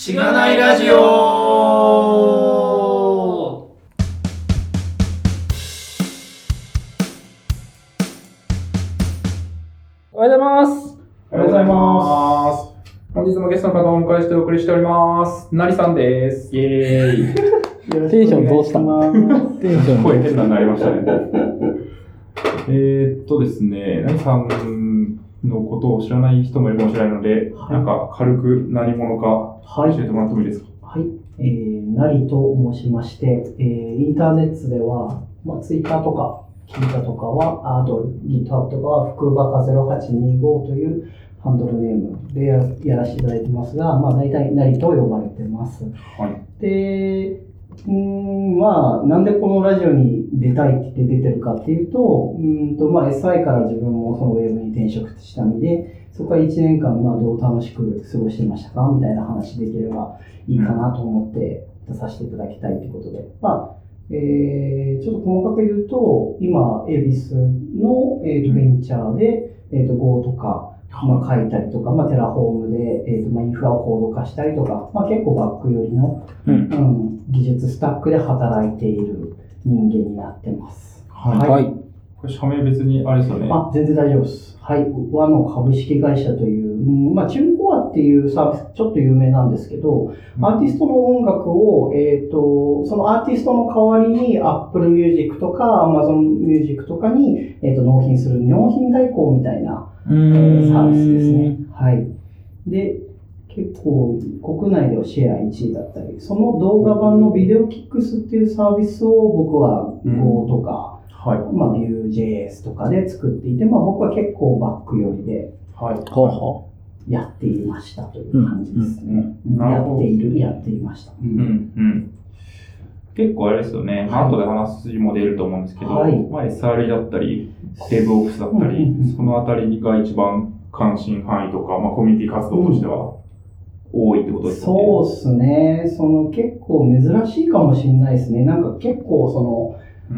しがないラジオ。 おはようございます。 おはようございます。本日もゲストの方をお迎えしてお送りしております。なりさんです。 イエーイ。 テンションどうしたの？テンション声変なになりましたね。ですね、なりさんのことを知らない人もいるかもしれないので、はい、なんか軽く何者か教えてもらってもいいですか？ はい。なりと申しまして、インターネットでは、ツイッターとか、キータとかは、あと GitHub とかは、福バカ0825というハンドルネームでやらせていただいてますが、大体なりと呼ばれてます。 はい。 で、なんでこのラジオに出たいって言って出てるかっていうと、SI から自分もそのウェブに転職した身で、そこから1年間どう楽しく過ごしてましたかみたいな話できればいいかなと思って出させていただきたいということで、ちょっと細かく言うと、今、恵比寿の、ベンチャーで、Go とか、書いたりとか、テラフォームで、インフラをコード化したりとか、結構バック寄りの、技術スタックで働いている人間になってます。 はい。これ社名別にあれですよね。 全然大丈夫です。はい。和の株式会社という、チューンコアっていうサービス、ちょっと有名なんですけど、アーティストの音楽を、そのアーティストの代わりに Apple Music とか Amazon Music とかに、納品する納品代行みたいな、サービスですね。はい。で、結構国内ではシェア1位だったり、その動画版のビデオキックスっていうサービスを僕は Go とか、Vue.js とかで作っていて、僕は結構バック寄りで、やっていましたという感じですね。やっていました。 結構あれですよね。後で話も出ると思うんですけど、SRE だったり、DevOps だったり、そのあたりが一番関心範囲とか、コミュニティ活動としては多いってことですかね。 そうですね。結構珍しいかもしれないですね。結構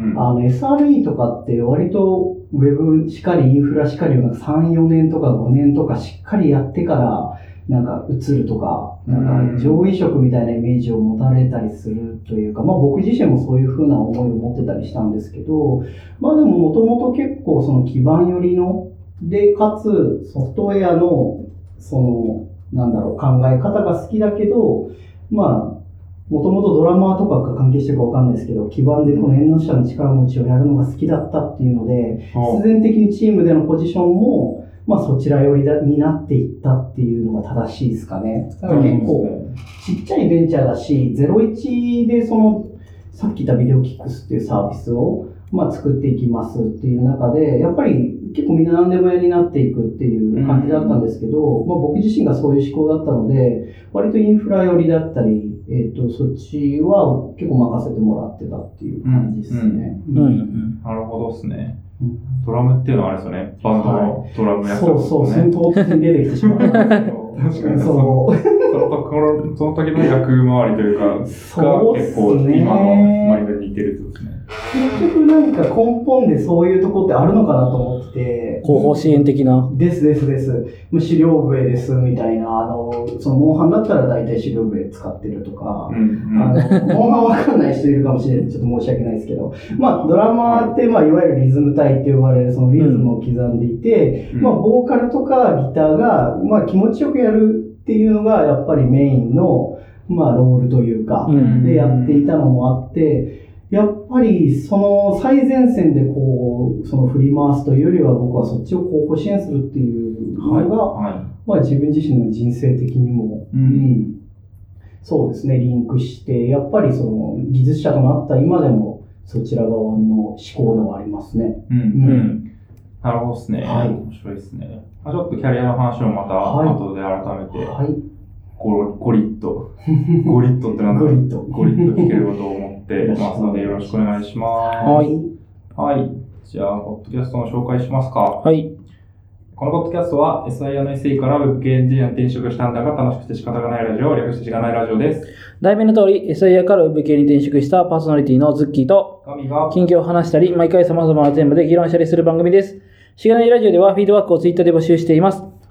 SRE とかって割とウェブしかりインフラしかりを3、4年とか5年とかしっかりやってから移るとか、上位職みたいなイメージを持たれたりするというか、僕自身もそういう風な思いを持ってたりしたんですけど、でももともと結構基盤寄りの、で、かつソフトウェアの、考え方が好きだけど、もともとドラマーとかが関係してるかわかんないですけど、基盤でこの縁の下の力持ちをやるのが好きだったっていうので、必然的にチームでのポジションも、そちら寄りになっていったっていうのが正しいですかね。だから結構、ちっちゃいベンチャーだし、01でさっき言ったビデオキックスっていうサービスを、作っていきますっていう中で、やっぱり結構みんな何でも屋になっていくっていう感じだったんですけど、僕自身がそういう思考だったので、割とインフラ寄りだったり、そっちは結構任せてもらってたっていう感じですね。 なるほどですね。ドラムっていうのはあれですよね。バンドのドラムやつですね。 そう、唐突に出てきてしまったんですけど。 確かにその時の役回りというか、が結構今のマインドに似てるってことですね。 結局根本でそういうとこってあるのかなと思ってて。 広報支援的な。 です。資料笛ですみたいな、モンハンだったら大体資料笛使ってるとか、モンハンわかんない人いるかもしれない。ちょっと申し訳ないですけど。ドラマーって、いわゆるリズム体って呼ばれるそのリズムを刻んでいて、ボーカルとかギターが、気持ちよくやるっていうのが、やっぱりメインの、ロールというか、でやっていたのもあって、やっぱりその最前線で振り回すというよりは僕はそっちを広報支援するっていうのが、自分自身の人生的にも、そうですね、リンクして、やっぱり技術者となった今でもそちら側の思考ではありますね。 なるほどですね。面白いですね。ちょっとキャリアの話をまた後で改めて、ゴリッとってなんだろう。ゴリッと聞ければと思ってますのでよろしくお願いします。はい。じゃあ、ポッドキャストの紹介しますか。 はい。 このポッドキャストは SIRのSE から Web 系エンジニアに転職したんだが楽しくて仕方がないラジオ、略してしがないラジオです。 題名の通り、SIR から Web 系に転職したパーソナリティのズッキーと、 神が近況を話したり、毎回様々なテーマで議論したりする番組です。しがないラジオではフィードバックをツイッターで募集しています。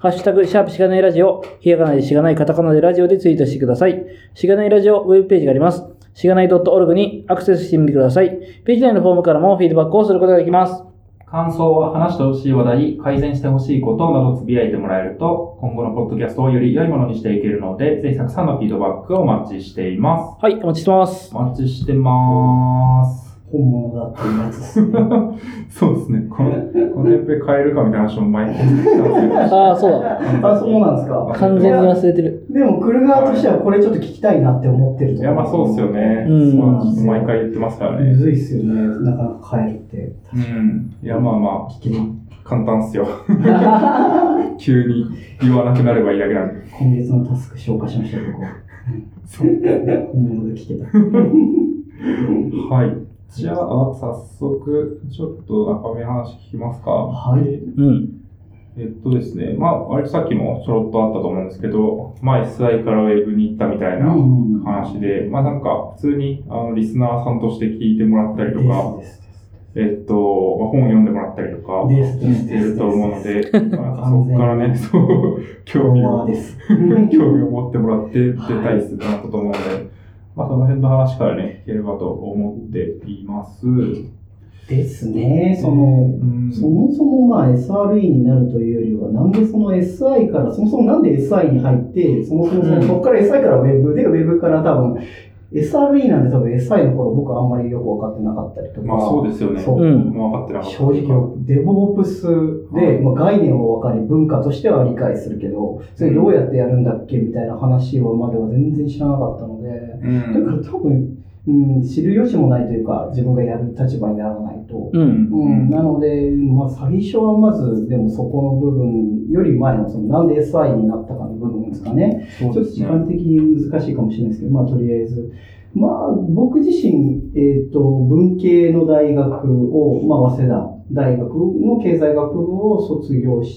ハッシュタグ、シャープしがないラジオ、ひらがなでしがないカタカナでラジオでツイートしてください。しがないラジオウェブページがあります。しがない .org にアクセスしてみてください。ページ内のフォームからもフィードバックをすることができます。 感想は話してほしい話題、改善してほしいことなどつぶやいてもらえると、今後のポッドキャストをより良いものにしていけるので、ぜひたくさんのフィードバックをお待ちしています。 はい、お待ちしてます。 お待ちしてます。 本物だっていうやつですね。 そうですね。このテンプレ変えるかみたいな話も前に聞いたんですけど。 ああ、そうだ。 あ、そうなんですか。 完全に忘れてる。 でも、来る側としてはこれちょっと聞きたいなって思ってるといや、まあそうですよね。そうなんです。毎回言ってますからね。 むずいっすよね。なかなか変えるって。 いや、まあまあ、簡単っすよ。急に言わなくなればいいだけなんで。 今月のタスク消化しましたけど、そう。本物で聞けた。 はい。じゃあ、早速、ちょっと中身話聞きますか。 はい。 ですね、まあ、割とさっきもちょろっとあったと思うんですけど、まあ、SI からウェブに行ったみたいな話で、まあなんか、普通に、リスナーさんとして聞いてもらったりとか、本読んでもらったりとか、してると思うので、まあ、そこからね、そう、興味を持ってもらって出たりするなったと思うので、まあ、その辺の話からね、聞ければと思っています。 ですね。そもそもまあ SRE になるというよりは、なんでその SI から、そもそもなんで SI に入って、そもそもそこから SI から Web で、Web から多分、SRE なんて多分 SI の頃僕はあんまりよく分かってなかったりとか。 まあそうですよね。 そう。 分かってなかった。 正直、DevOps で、まあ、概念は分かり、文化としては理解するけど、それどうやってやるんだっけみたいな話をまでは全然知らなかったので、だから多分、知る由もないというか、自分がやる立場にならないと。なので、まあ最初はまず、でもそこの部分より前の、なんで SI になったかの部分ですかね。ちょっと時間的に難しいかもしれないですけど、まあとりあえず。まあ僕自身、文系の大学を、まあ早稲田大学の経済学部を卒業して、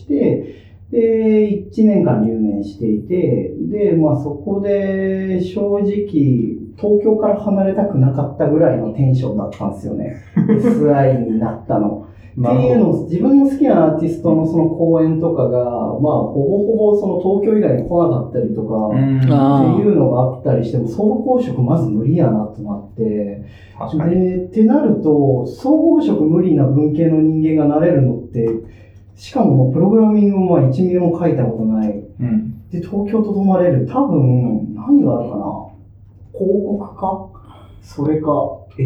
で、1年間留年していて、で、まあそこで正直、東京から離れたくなかったぐらいのテンションだったんですよね。SI になったの。っていうのを、自分の好きなアーティストのその公演とかが、まあ、ほぼその東京以外に来なかったりとか、っていうのがあったりしても、総合職まず無理やなとなって、で、ってなると、総合職無理な文系の人間がなれるのって、しかもプログラミングも1ミリも書いたことない。で、東京とどまれる。多分、何があるかな。広告かそれか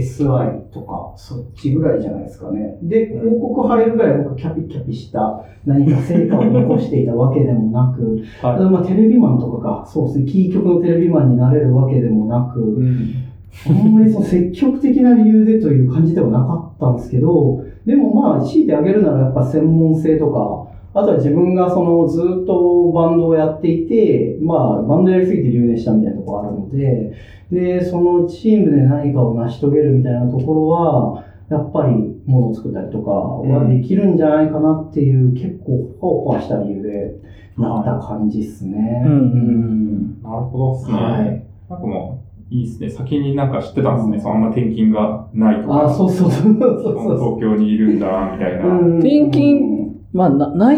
SI とかそっちぐらいじゃないですかね。で、広告入るぐらい僕キャピキャピした何か成果を残していたわけでもなく、まあテレビマンとかそうですね、キー局のテレビマンになれるわけでもなく、あんまりその積極的な理由でという感じではなかったんですけど、でもまあ強いてあげるならやっぱ専門性とか、あとは自分がそのずっとバンドをやっていて、まあバンドやりすぎて留年したみたいなところあるので、で、そのチームで何かを成し遂げるみたいなところは、やっぱり物を作ったりとかはできるんじゃないかなっていう、結構ほわほわした理由でなった感じですね。 なるほどですね。なんかもう、いいですね。先になんか知ってたんですね。そんな転勤がないとか。 そう。 東京にいるんだな、みたいな。 転勤、まあ、ない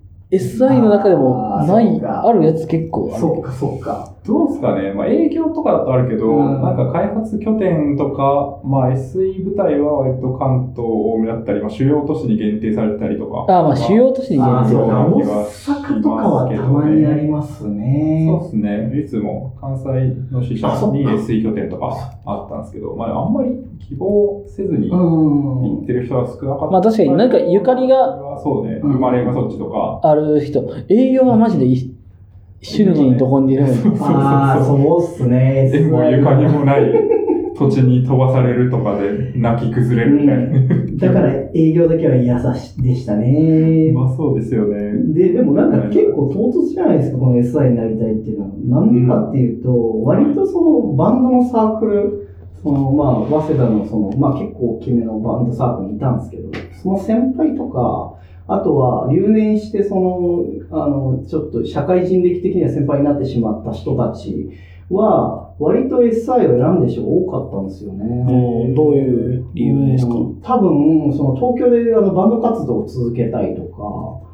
、SI の中でもない、あるやつ結構ある。 そうか。 どうですかね。まあ営業とかだとあるけど、なんか開発拠点とか、まあ SE 部隊は割と関東多めだったり、まあ主要都市に限定されたりとか。 まあ主要都市に限定されたりとか。大阪とかはたまにありますね。 そうですね。いつも関西の支社に SE 拠点とかあったんですけど、まああんまり希望せずに行ってる人は少なかった。 まあ確かになんかゆかりが、 そうね、生まれがそっちとか。 ある人、営業はマジで瞬時にどこにいるのに。 そうっすね。 でもゆかりもない土地に飛ばされるとかで泣き崩れるみたいな。 だから営業だけは嫌でしたね。 まあそうですよね。 でもなんか結構唐突じゃないですか、この SI になりたいっていうのは。なんでかっていうと、割とそのバンドのサークル、まあ、早稲田のまあ結構大きめのバンドサークルにいたんですけど、その先輩とか、あとは留年してちょっと社会人歴的には先輩になってしまった人たちは、割と SI を選んでる人が多かったんですよね。 どういう理由ですか？ 多分、東京でバンド活動を続けたいとか、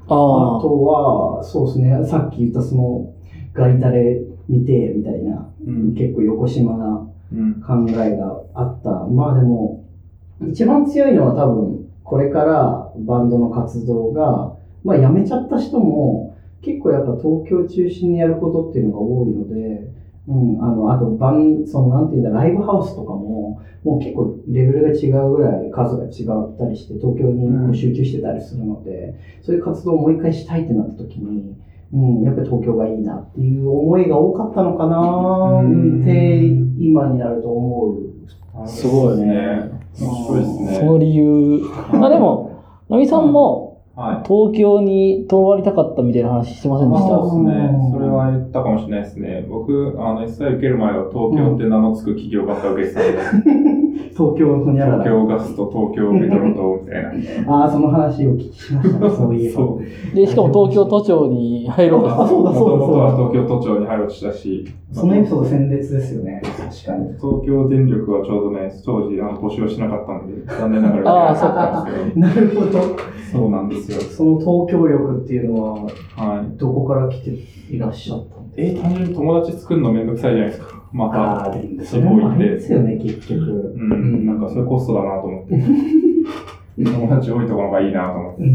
あとは、そうですね、さっき言ったその、ガイタレ見て、みたいな、結構横島な考えがあった。まあでも、一番強いのは多分、これからバンドの活動が、まあ辞めちゃった人も、結構やっぱ東京中心にやることっていうのが多いので、あとなんていうんだ、ライブハウスとかも、もう結構レベルが違うぐらい数が違ったりして、東京に集中してたりするので、そういう活動をもう一回したいってなった時に、やっぱり東京がいいなっていう思いが多かったのかなって今になると思う。 すごいね。 面白いですね。 その理由。まあでも、のみさんも、東京に泊まりたかったみたいな話してませんでした？ そうですね。それは言ったかもしれないですね。僕、SI 受ける前は東京って名の付く企業ばっか受けてたんで。 東京のニャララ。 東京ガスと東京メトロとみたいな。 その話を聞きしましたね、そういえば。 で、しかも東京都庁に入ろうとした。 そうだ。 もともとは東京都庁に入ろうとしたし。 そのエピソード鮮烈ですよね。確かに。 東京電力はちょうどね、当時募集をしなかったんで、残念ながら受けなかったんですけど。 なるほど。 そうなんですよ。 その東京欲っていうのは、どこから来ていらっしゃったんですか？ 単純に友達作るのめんどくさいじゃないですか。また、 地方行って。ですよね、結局。 なんかそれコストだなと思って。友達多いところがいいなと思って。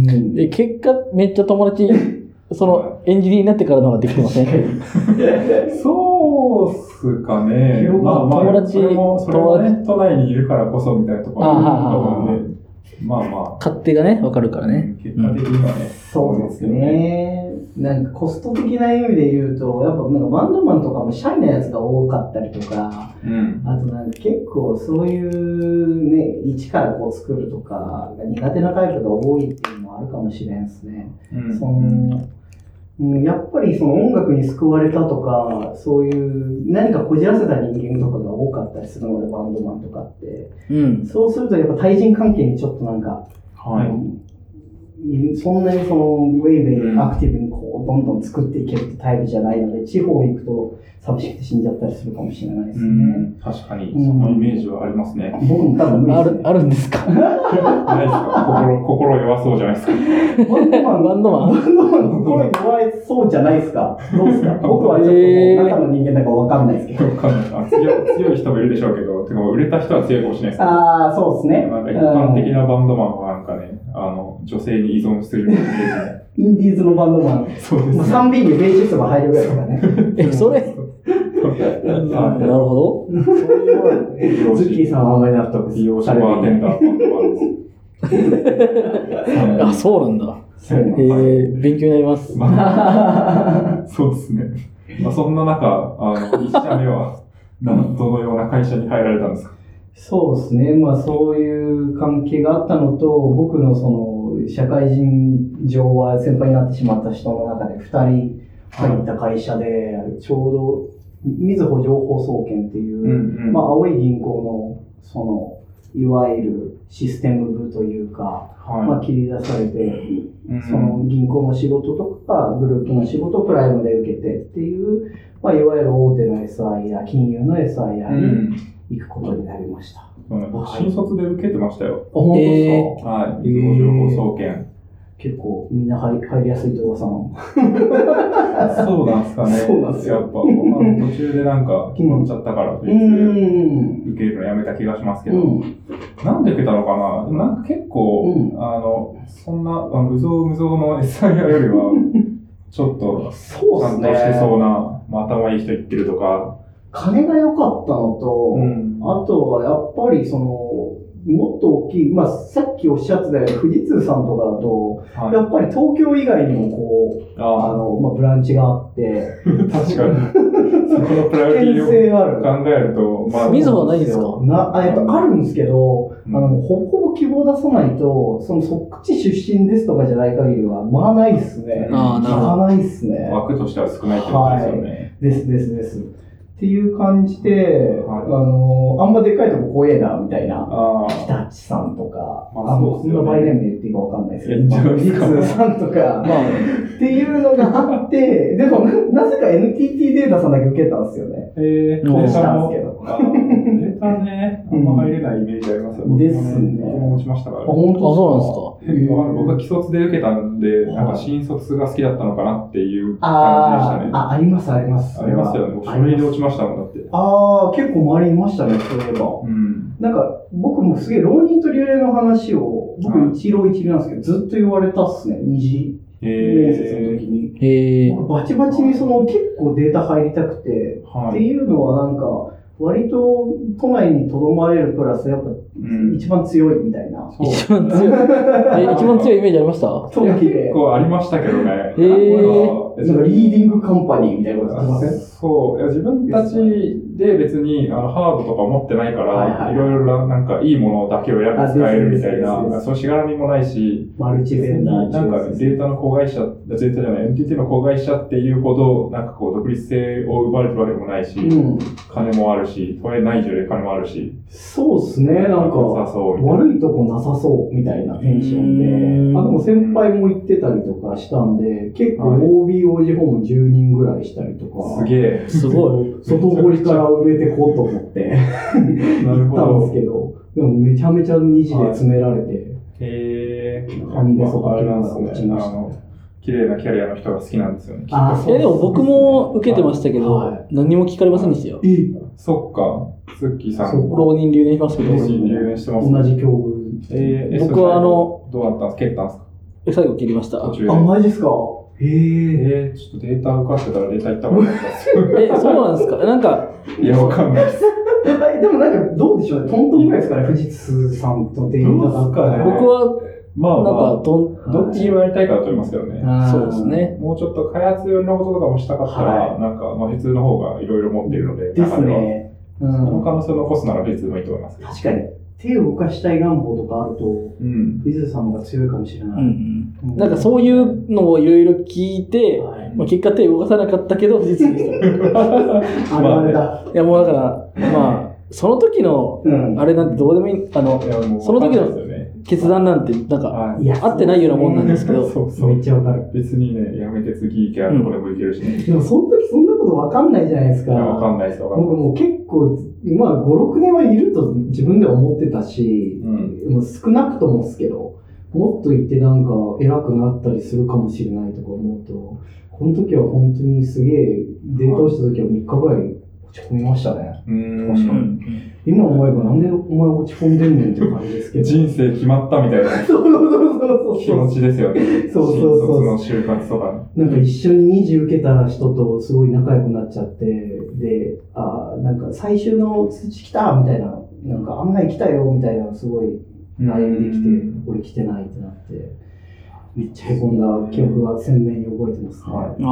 結果、めっちゃ友達、エンジニアになってからのができてません？ そうっすかね。 友達、 それもね、都内にいるからこそみたいなところがあるんで、 勝手がね、わかるからね。 結果的にはね。 そうですね。なんかコスト的な意味で言うと、やっぱなんかバンドマンとかもシャイなやつが多かったりとか、あとなんか結構そういうね、一からこう作るとか、苦手なタイプが多いっていうのもあるかもしれんですね。やっぱりその音楽に救われたとか、そういう何かこじらせた人間とかが多かったりするので、バンドマンとかって。そうするとやっぱ対人関係にちょっとなんか、そんなにウェイウェイアクティブにこうどんどん作っていけるってタイプじゃないので、地方行くと寂しくて死んじゃったりするかもしれないですね。 確かに、そのイメージはありますね。 僕も多分無理ですね。 あるんですか？ ないですか？心弱そうじゃないですか。 バンドマン心弱そうじゃないですか？どうですか？僕はちょっと中の人間だかわかんないですけど。 わかんない。強い人もいるでしょうけど、てか売れた人は強いかもしれないですけど。 そうですね。 なんか一般的なバンドマンはなんかね、女性に依存するイメージ。インディーズのバンドマン。 そうですね。 3B にベーシストが入るぐらいですからね。 それなるほど。 ズッキーさんはあんまり納得美容師バーテンダーバンドマンです。そうなんだ。勉強になります。 そうですね。そんな中、1社目はどのような会社に入られたんですか？ そうですね。そういう関係があったのと、僕の社会人上は先輩になってしまった人の中で2人入った会社で、ちょうど、みずほ情報総研っていう、青い銀行の、いわゆるシステム部というか、切り出されて、その銀行の仕事とか、グループの仕事をプライムで受けてっていう、いわゆる大手の SIR、金融の SIR に行くことになりました。 僕、新卒で受けてましたよ。 本当ですか？ はい。みずほ情報総研。 結構みんな入りやすいと噂の。 そうなんですかね。 そうなんですよ。 やっぱ、途中でなんか決まっちゃったから、受けるのやめた気がしますけど、なんで受けたのかな？なんか結構、そんな、うぞうむぞうの SIR よりは、ちょっと、ちゃんとしてそうな、頭いい人言ってるとか。 金が良かったのと、あとはやっぱりもっと大きい、さっきおっしゃってたように富士通さんとかだと、やっぱり東京以外にもブランチがあって、 確かに。そこのプライオリティを考えると、 みずほはないですか？ あるんですけど、ほぼ希望出さないと、そっち出身ですとかじゃない限りは、ないっすね。ないっすね。 枠としては少ないってことですよね。 です。っていう感じで、あんまでっかいとこ怖えな、みたいな。日立さんとか、そんなバイデン名言っていいかわかんないですけど、富士通さんとか、っていうのがあって、でも、なぜか NTT データさんだけ受けたんですよね。したんですけど。 データね、あんま入れないイメージありますよ。 ですね。 僕も落ちましたから。 本当そうなんですか。 僕は既卒で受けたんで、なんか新卒が好きだったのかなっていう感じでしたね。 ありますあります。 ありますよね。僕書類で落ちましたもんだって。 結構周りいましたね、そういえば。なんか、僕もすげえ浪人と留年の話を、僕一浪一流なんですけど、ずっと言われたっすね、二次面接の時に。僕バチバチに結構データ入りたくて、っていうのはなんか、割と都内にとどまれるプラス、やっぱ一番強いみたいな。 一番強い。一番強いイメージありました？ 結構ありましたけどね。 なんかリーディングカンパニーみたいなことありません？ そう。自分たちで別にハードとか持ってないから、いろいろなんかいいものだけを選び使えるみたいな、そうしがらみもないし、 マルチベンダーなんかデータの子会社、データじゃない、NTT の子会社っていうほど、なんかこう独立性を奪われてるわけでもないし、金もあるし、都営内需で金もあるし。 そうですね、なんか、悪いとこなさそうみたいなテンションで、でも先輩も行ってたりとかしたんで、結構 OB、OG 訪問10人ぐらいしたりとか。 すげえ。 すごい。 外堀から埋めてこうと思って行ったんですけど、でもめちゃめちゃ2次で詰められて、なんでそこから落ちました。 綺麗なキャリアの人が好きなんですよね。 でも僕も受けてましたけど、何も聞かれませんでしたよ。 そっか。ツッキーさん。 浪人留年しますけど。 浪人留年してます。 同じ境遇。 僕はどうなったんですか？蹴ったんですか？ 最後切りました。 マジっすか？ちょっとデータ受かってたらデータ行った方がいいですか？ そうなんですか？なんか。 いや、わかんないです。 でもなんかどうでしょうね。トントンぐらいですかね、富士通さんとデータだったら。 僕は、なんかどっちもやりたいかだと思いますけどね。 そうですね。 もうちょっと開発用のこととかもしたかったら、なんか、富士通の方がいろいろ持っているので、 ですね。 その可能性を残すなら富士通もいいと思います。 確かに。手を動かしたい願望とかあると、富士通さんの方が強いかもしれない。 なんかそういうのをいろいろ聞いて、結果手を動かさなかったけど、富士通でした。 あれだ。 いやもうだから、その時の、あれなんてどうでもいい、その時の決断なんて、なんか、合ってないようなもんなんですけど。 めっちゃわかる。 別にね、やめて次行けばこれもいけるしね。 でもその時そんなことわかんないじゃないですか。 わかんないです、わかんない。 僕もう結構、5、6年はいると自分で思ってたし、もう少なくともですけど、もっといってなんか偉くなったりするかもしれないとか思うと、この時は本当にすげえ、データをした時は3日ぐらい落ち込みましたね。確かに。今思えばなんでお前落ち込んでんねんっていう感じですけど。 人生決まったみたいな気持ちですよね。 そう。 新卒の就活とか。 なんか一緒に2次受けた人とすごい仲良くなっちゃって、で、なんか最終の通知来たみたいな、なんか案内来たよみたいなすごい悩んできて、俺来てないってなって、めっちゃへこんだ記憶が鮮明に覚えてます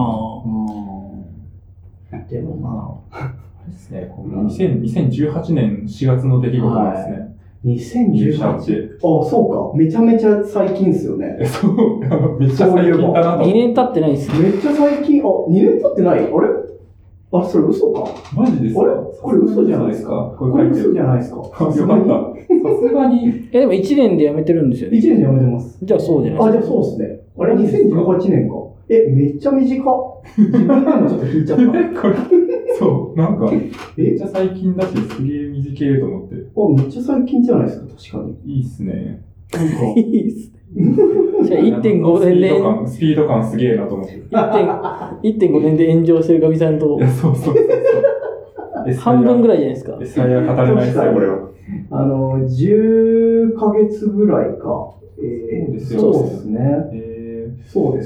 ね。でもですね、2018年4月の出来事なんですね。 2018? そうか。めちゃめちゃ最近ですよね。 そう。めっちゃ最近だなと。 2年経ってないです。 めっちゃ最近。2年経ってない？あれそれ嘘か。 マジですか？ これ嘘じゃないですか。これ嘘じゃないですか。 よかった。さすがに。 でも1年で辞めてるんですよね。 1年で辞めてます。 じゃあそうじゃないですか。じゃあそうですね。あれ2018年か。めっちゃ短っ。自分でもちょっと引いちゃった。 これそう、なんか、めっちゃ最近だし、すげえ短いと思って。 めっちゃ最近じゃないですか、確かに。 いいっすね。 いいっすね。じゃあ 1.5 年で。 スピード感すげえなと思って。 1.5 年で炎上してるガミさんと。 いや、そう。 半分ぐらいじゃないですか。 エサイは語れないですよ、これは。 10ヶ月ぐらいか。 そうですね。そうです。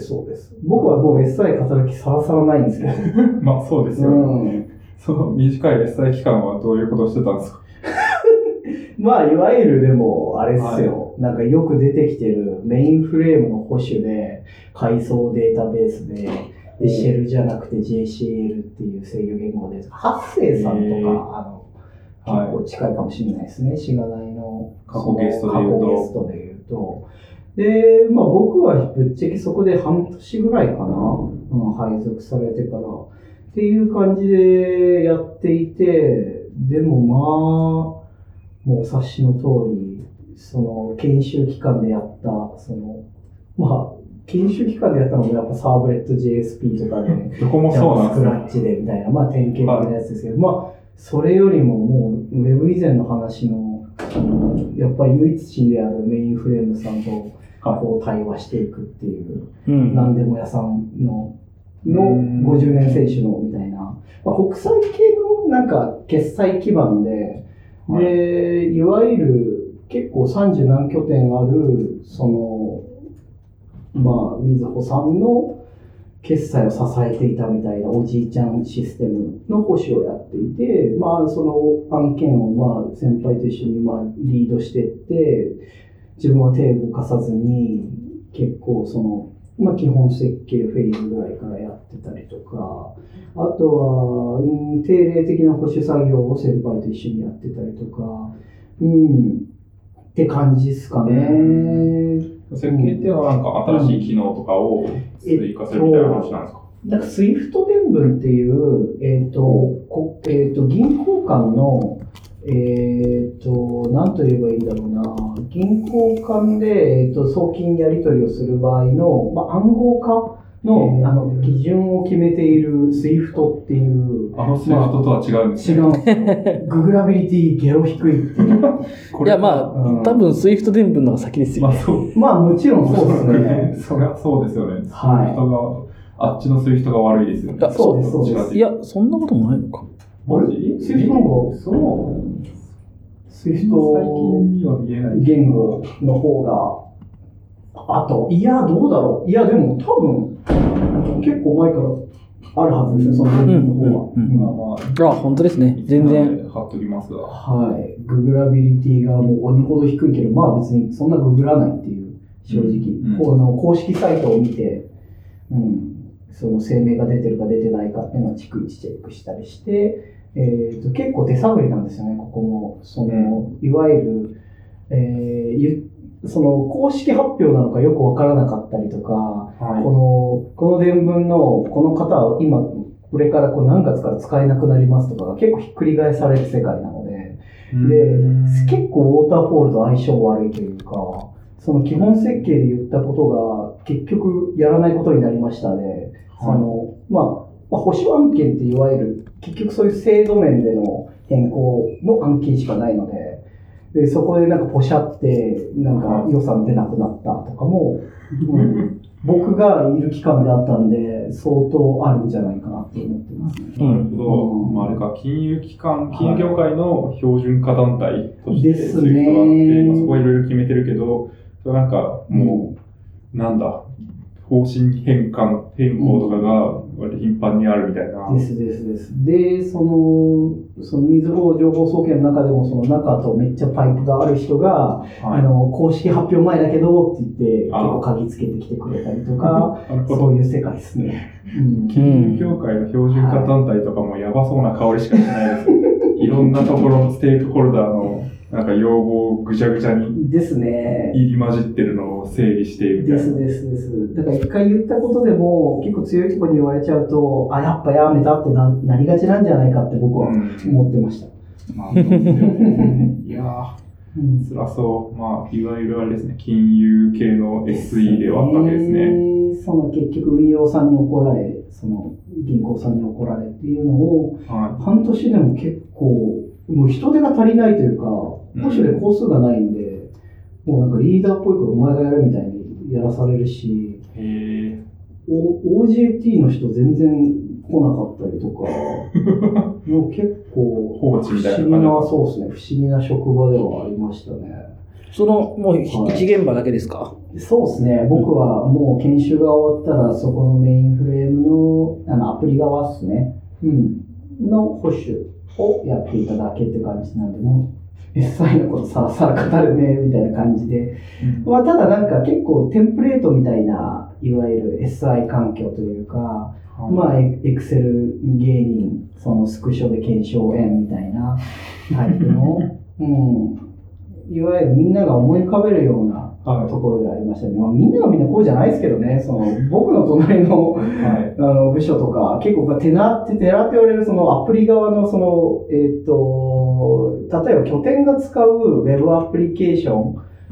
僕はもう SI 語る気さらさらないんですけど。 そうですよね。その短い SI 期間はどういうことをしてたんですか？ いわゆるでも、あれですよ。なんかよく出てきてるメインフレームの保守で、階層データベースで、シェルじゃなくて JCL っていう制御言語で、発生さんとか、結構近いかもしれないですね。しがないの過去ゲストで言うと。で、僕はぶっちゃけそこで半年ぐらいかな、配属されてから、っていう感じでやっていて、でももうお察しの通り、その研修期間でやった、研修期間でやったのもやっぱサーブレット JSP とかで、 どこもそうなんですスクラッチでみたいな、典型的なやつですけど、 それよりももう、ウェブ以前の話の、やっぱり唯一神であるメインフレームさんとこう対話していくっていう、何でも屋さんの50年選手のみたいな、国際系のなんか決済基盤で、で、いわゆる結構30何拠点ある、みずほさんの決済を支えていたみたいなおじいちゃんシステムの保守をやっていて、その案件を先輩と一緒にリードしていって、自分は手を動かさずに結構基本設計フェーズぐらいからやってたりとか、あとは、定例的な保守作業を先輩と一緒にやってたりとか、って感じですかね。 設計っていうのはなんか新しい機能とかを追加するみたいな話なんですか？ なんかスイフト伝聞っていう、銀行間の、なんと言えばいいんだろうな、銀行間で、送金やり取りをする場合の、暗号化の、基準を決めているスイフトっていう。 スイフトとは違うんですね。違うんですよ。ググラビリティゲロ低いっていう。 いや、多分スイフト伝聞の方が先ですよ。 もちろんそうですね。 そうですよね。あっちのスイフトが悪いですよね。 そうです、そうです。 いや、そんなこともないのか。 マジ？ スイフトの方が、スイフト言語の方が、あと、いや、どうだろう。いや、でも多分、結構前からあるはずですね、その言語の方は。 本当ですね。全然。 貼っときますが。 はい。ググラビリティがもう鬼ほど低いけど、別にそんなググらないっていう、正直。公式サイトを見て、その声明が出てるか出てないかっていうのを逐一チェックしたりして、結構手探りなんですよね、ここも。いわゆる、その公式発表なのかよくわからなかったりとか、この伝聞のこの方は今、これから何月から使えなくなりますとかが結構ひっくり返される世界なので、結構ウォーターフォールと相性悪いというか、その基本設計で言ったことが結局やらないことになりましたね。保守案件っていわゆる結局そういう制度面での変更の案件しかないので、そこでポシャって予算出なくなったとかも、僕がいる期間であったんで相当あるんじゃないかなって思ってますね。 なるほど。あれか、金融機関、金融業界の標準化団体としてスイフトがあって、そこはいろいろ決めてるけど、もう、方針変更とかが割と頻繁にあるみたいな。 です。で、そのみずほ情報総研の中でもその中とめっちゃパイプがある人が、公式発表前だけどって言って結構鍵つけてきてくれたりとか、そういう世界ですね。 金融業界の標準化団体とかもやばそうな香りしかしないです。いろんなところのステークホルダーの要望をぐちゃぐちゃにですね。 入り混じってるのを整理しているみたいな。 です。だから一回言ったことでも結構強いところに言われちゃうと、やっぱやめたってなりがちなんじゃないかって僕は思ってました。 そうですよね。いやー、辛そう。いわゆるあれですね、金融系の SE ではあったわけですね。 結局運用さんに怒られ、銀行さんに怒られっていうのを、半年でも結構、もう人手が足りないというか、保守で工数がないんで、もうリーダーっぽいことお前がやるみたいにやらされるし、OJT の人全然来なかったりとか、もう結構放置みたいな不思議な職場ではありましたね。 もう一現場だけですか？ そうですね。僕はもう研修が終わったら、そこのメインフレームの、アプリ側ですね。の保守をやっていただけって感じなんで、もう SI のことさらさら語るね、みたいな感じで。ただ結構テンプレートみたいな、いわゆる SI 環境というか、エクセル芸人、スクショで検証園みたいなタイプの、いわゆるみんなが思い浮かべるようなところでありましたね。みんながみんなこうじゃないですけどね、僕の隣の、部署とか、結構てらって言われるアプリ側の例えば拠点が使うウェブアプリケーション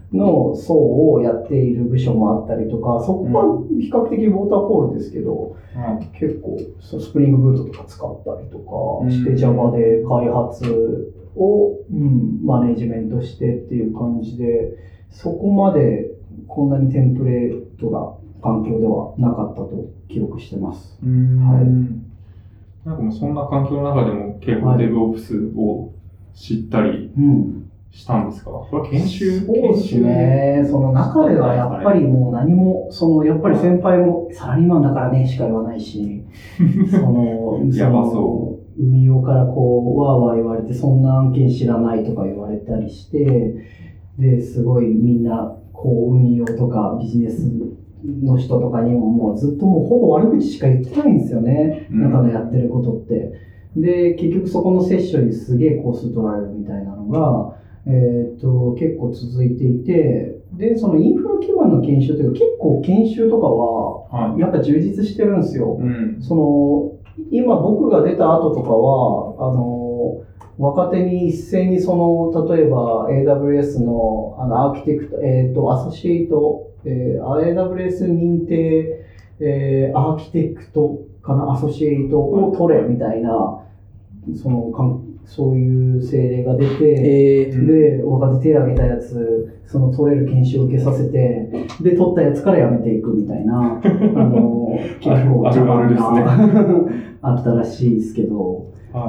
の層をやっている部署もあったりとか、そこは比較的ウォーターフォールですけど、結構スプリングブートとか使ったりとかして Java で開発を、マネージメントしてっていう感じで、そこまでこんなにテンプレートな環境ではなかったと記憶してます。はい。 なんかもうそんな環境の中でも結構 DevOps を知ったりしたんですか？それは研修？ そうですね。その中ではやっぱりもう何も、やっぱり先輩もサラリーマンだからねしか言わないし、 やばそう。 運用からわーわー言われて、そんな案件知らないとか言われたりして、で、すごいみんな、運用とかビジネスの人とかにももうずっともうほぼ悪口しか言ってないんですよね。中のやってることって。で、結局そこのセッションにすげえコース取られるみたいなのが、結構続いていて、で、そのインフラ基盤の研修というか、結構研修とかは、やっぱ充実してるんですよ。今僕が出た後とかは、若手に一斉に例えば AWS のアーキテクト、アソシエイト、AWS 認定、アーキテクトかな、アソシエイトを取れみたいな、そういう政令が出て、で、若手手挙げたやつ、取れる研修を受けさせて、で、取ったやつから辞めていくみたいな、結構茶番があったらしいですけど、そ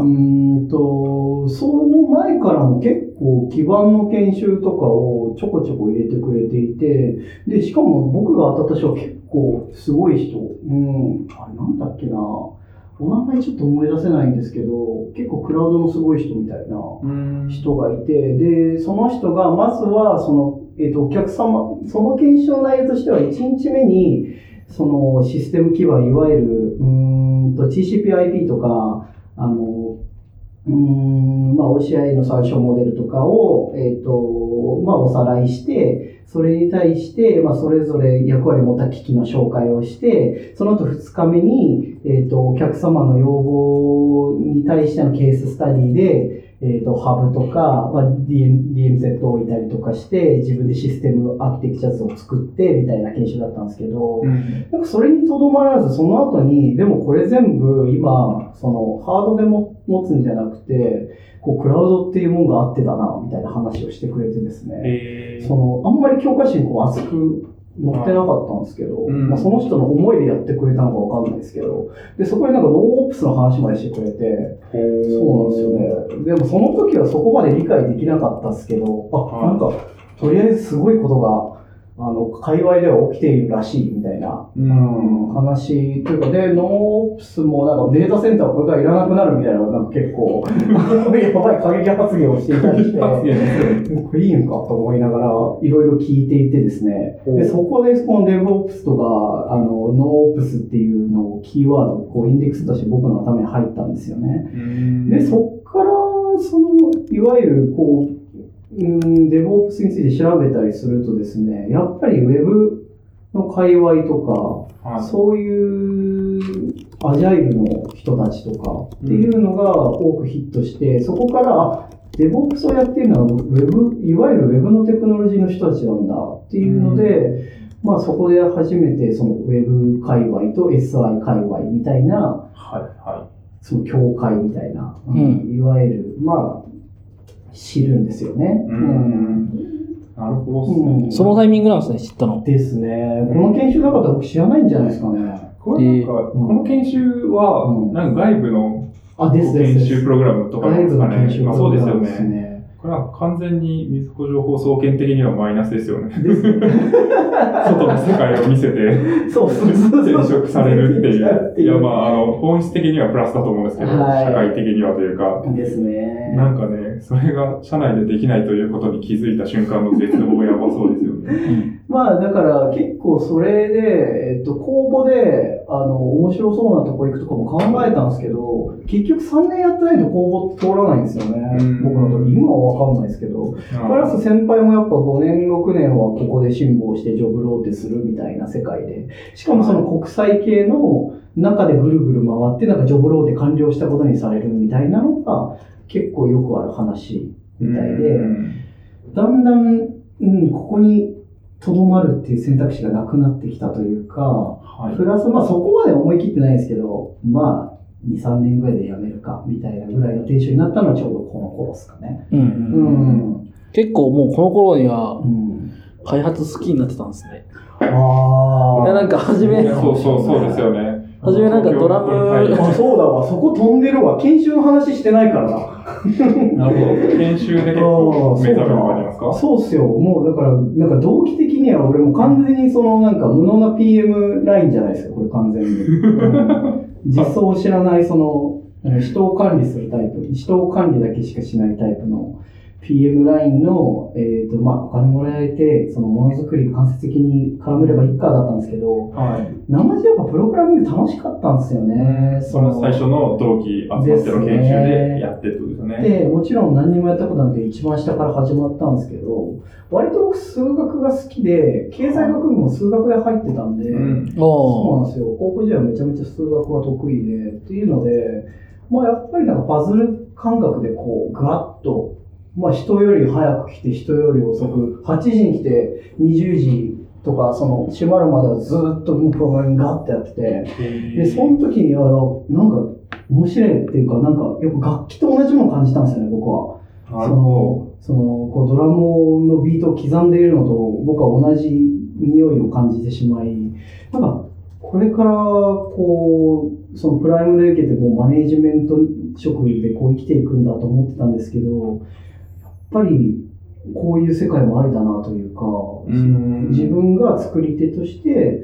の前からも結構基盤の研修とかをちょこちょこ入れてくれていて、で、しかも僕が当たった人は結構すごい人、あれなんだっけな、お名前ちょっと思い出せないんですけど、結構クラウドのすごい人みたいな人がいて、で、その人がまずはお客様、その研修の内容としては1日目にシステム基盤、いわゆるTCP/IP とか、OCI の参照モデルとかを、おさらいして、それに対して、それぞれ役割を持った機器の紹介をして、その後2日目に、お客様の要望に対してのケーススタディで、ハブとか、DMZ を置いたりとかして、自分でシステムアーキテクチャ図を作って、みたいな研修だったんですけど、なんかそれにとどまらず、その後に、でもこれ全部今、ハードで持つんじゃなくて、クラウドっていうもんがあってだな、みたいな話をしてくれてですね、あんまり教科書に熱く載ってなかったんですけど、その人の思いでやってくれたのかわかんないですけど、で、そこになんかノーオプスの話までしてくれて、そうなんですよね。でもその時はそこまで理解できなかったですけど、なんか、とりあえずすごいことが、界隈では起きているらしいみたいな、話というか、で、ノーオプスもなんかデータセンターこれからいらなくなるみたいな、なんか結構、やばい過激発言をしていたりして、これいいのかと思いながら、いろいろ聞いていてですね、で、そこでこの DevOps とか、ノーオプスっていうのをキーワード、インデックスとして僕の頭に入ったんですよね。で、そっから、いわゆる、DevOps について調べたりするとですね、やっぱり Web の界隈とか、そういうアジャイルの人たちとかっていうのが多くヒットして、そこから、DevOps をやっているのは Web、いわゆる Web のテクノロジーの人たちなんだっていうので、そこで初めてWeb 界隈と SI 界隈みたいな、その境界みたいな、いわゆる、知るんですよね。 なるほどですね。 そのタイミングなんですね、知ったの。 ですね。この研修なかったら僕知らないんじゃないですかね。 この研修は、なんか外部の研修プログラムとかですかね。そうですよね。これは完全にみずほ情報総研的にはマイナスですよね。外の世界を見せて、転職されるっていう。いや、本質的にはプラスだと思うんですけど、社会的にはというか。 ですね。 なんかね、それが社内でできないということに気づいた瞬間の絶望がやばそうですよね。 だから結構それで、公募で、面白そうなとこ行くとかも考えたんですけど、結局3年やってないと公募通らないんですよね。僕の時。今はわかんないですけど。プラス先輩もやっぱ5年、6年はここで辛抱してジョブローテするみたいな世界で。しかもその国際系の中でぐるぐる回ってなんかジョブローテ完了したことにされるみたいなのが結構よくある話みたいで、だんだんここにとどまるっていう選択肢がなくなってきたというか、 はい、 プラス、そこまで思い切ってないですけど、2、3年ぐらいで辞めるか、みたいなぐらいのテンションになったのはちょうどこの頃ですかね。 結構もうこの頃には、開発好きになってたんですね。いや、なんか初め、 そうですよね。 初めなんかドラム、 そうだわ、そこ飛んでるわ。研修の話してないからな。 なるほど。研修で結構目覚めがありますか？ そうっすよ。もうだから、なんか動機的には俺も完全にそのなんか無能な PM ラインじゃないですか、これ完全に。実装を知らないその、人を管理するタイプ、人を管理だけしかしないタイプの PM ラインの、お金もらえて、そのものづくりが間接的に絡めればいいかだったんですけど、生地やっぱプログラミング楽しかったんですよね。 その最初の同期集まっての研修でやってってことですよね。 で、もちろん何にもやったことなんて一番下から始まったんですけど、割と僕数学が好きで、経済学部も数学で入ってたんで、そうなんですよ。高校時代はめちゃめちゃ数学が得意で、っていうので、やっぱりなんかパズル感覚でこう、ぐわっと、人より早く来て人より遅く、8時に来て20時とか、その閉まるまではずっとプログラミングガッてやってて、で、その時になんか面白いっていうか、なんかやっぱ楽器と同じものを感じたんですよね、僕は。こうドラムのビートを刻んでいるのと僕は同じ匂いを感じてしまい、なんかこれからこうそのプライムで受けてもマネージメント職でこう生きていくんだと思ってたんですけど、やっぱりこういう世界もありだなというか、自分が作り手として、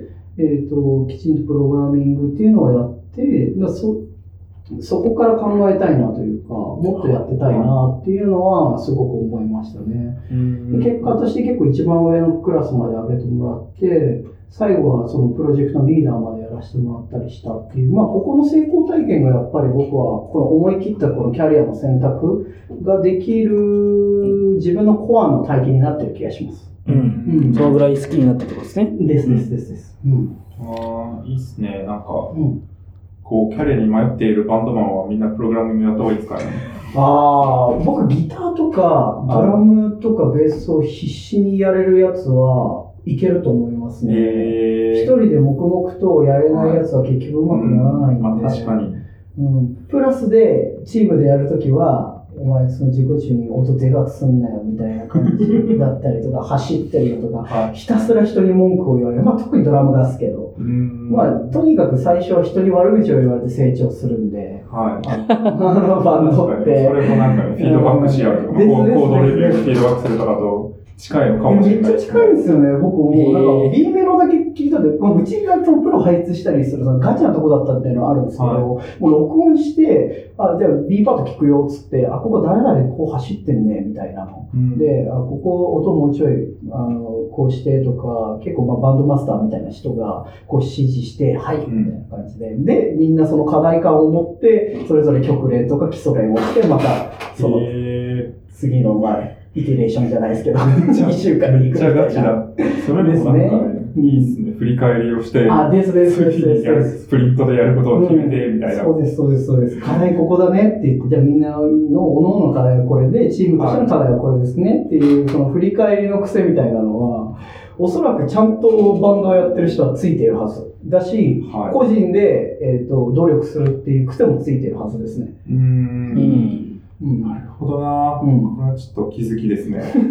きちんとプログラミングっていうのをやって、そこから考えたいなというか、もっとやってたいなっていうのはすごく思いましたね。結果として結構一番上のクラスまで上げてもらって、最後はそのプロジェクトのリーダーまでやらせてもらったりしたっていう、ここの成功体験がやっぱり僕はこの思い切ったこのキャリアの選択ができる自分のコアの体験になってる気がします。 そのぐらい好きになったってことですね。 です。 いいっすね。なんか、こう、キャリアに迷っているバンドマンはみんなプログラミングやった方がいいですかね。 僕ギターとかドラムとかベースを必死にやれるやつはいけると思いますね。一人で黙々とやれないやつは結局うまくならないんで。 確かに。 プラスでチームでやるときは、お前その自己中に音でかくすんなよみたいな感じだったりとか、走ってるのとか、ひたすら人に文句を言われる。特にドラムがすけど。とにかく最初は人に悪口を言われて成長するんで。バンドって。 それもなんかフィードバックし合うとか、コードレビューでフィードバックするとかと近いのかもしれない。 めっちゃ近いんですよね。僕もなんか B メロだけ聞いたんで、うちがプロ配置したりするガチなとこだったっていうのはあるんですけど、もう録音して、じゃあ B パート聞くよっつって、ここ誰々こう走ってんねみたいなの。で、ここ音もうちょい、こうしてとか、結構バンドマスターみたいな人がこう指示して、はい、みたいな感じで。で、みんなその課題感を持って、それぞれ曲例とか基礎例をして、また、その、次のイテレーションじゃないですけど、1週間に行くみたいな。 めっちゃガチだ。それですね。いいですね。振り返りをして、スプリントでやることを決めて、みたいな。 そうです。課題ここだねって言って、じゃあみんなの各々の課題はこれで、チームとしての課題はこれですねっていう、その振り返りの癖みたいなのは、おそらくちゃんとバンドをやってる人はついているはず。だし、個人で、努力するっていう癖もついているはずですね。 なるほどな。これはちょっと気づきですね。 で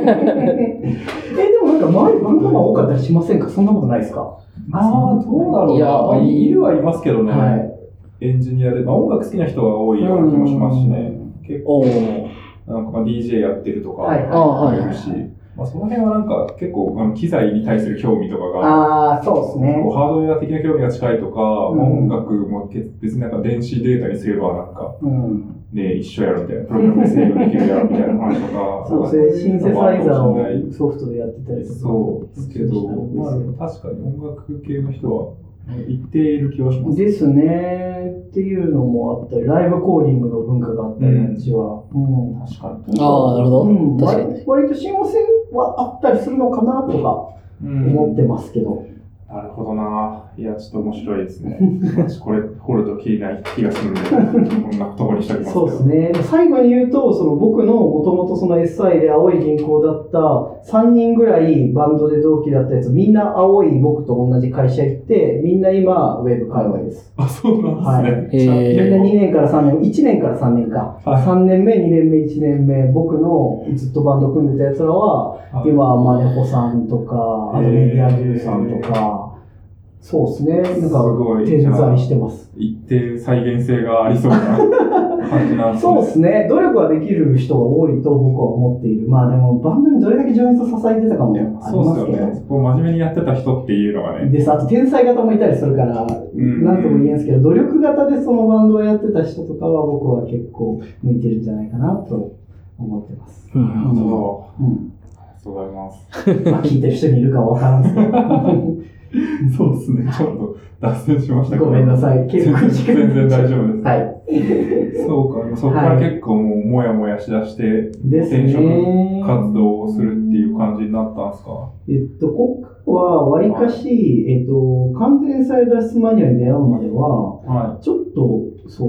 もなんか周りバンドマン多かったりしませんか？そんなことないですか？ どうだろうな。いるはいますけどね。エンジニアで、音楽好きな人は多いような気もしますしね。結構、なんかDJ やってるとか、いるし。その辺はなんか結構機材に対する興味とかが、 そうですね。 ハードウェア的な興味が近いとか、音楽も別になんか電子データにすればなんか、一緒やろみたいな、プログラムで制御できるやろみたいな話とか、 そうですね、シンセサイザーをソフトでやってたりとか。 そうですけど、確かに音楽系の人は一定いる気はします。 ですね。っていうのもあったり、ライブコーディングの文化があったり、あっちは。 確かに。 なるほど。 割と親和性はあったりするのかなとか思ってますけど。 なるほどな。 いや、ちょっと面白いですね。私これ掘ると気がするんで、こんなとこにしておきますけど。 そうですね。最後に言うと、その僕のもともとその SI で青い銀行だった3人ぐらいバンドで同期だったやつ、みんな青い僕と同じ会社行って、みんな今ウェブ界隈です。 あ、そうなんですね。 はい。みんな2年から3年、1年から3年か。はい、3年目、2年目、1年目、僕のずっとバンド組んでたやつらは、今、マネホさんとか、あとメディアジューさんとか、そうですね。なんか、点在してます。 一定再現性がありそうな感じなんですね。 そうですね。努力ができる人が多いと僕は思っている。まあでも、バンドにどれだけ情熱を支えてたかもありますけど。 そうですよね。そこを真面目にやってた人っていうのがね。 で、あと天才型もいたりするから、なんとも言えんすけど、努力型でそのバンドをやってた人とかは僕は結構向いてるんじゃないかなと思ってます。 なるほど。ありがとうございます。 まあ聞いてる人にいるかわからんすけど。 そうですね。ちょっと脱線しましたけど。 ごめんなさい。結構全然大丈夫です。 はい。 そうか。そこから結構もうもやもやしだして、転職活動をするっていう感じになったんですか？ ここはわりかし、完全再脱出マニュアルに出会うまでは、ちょっと、そう、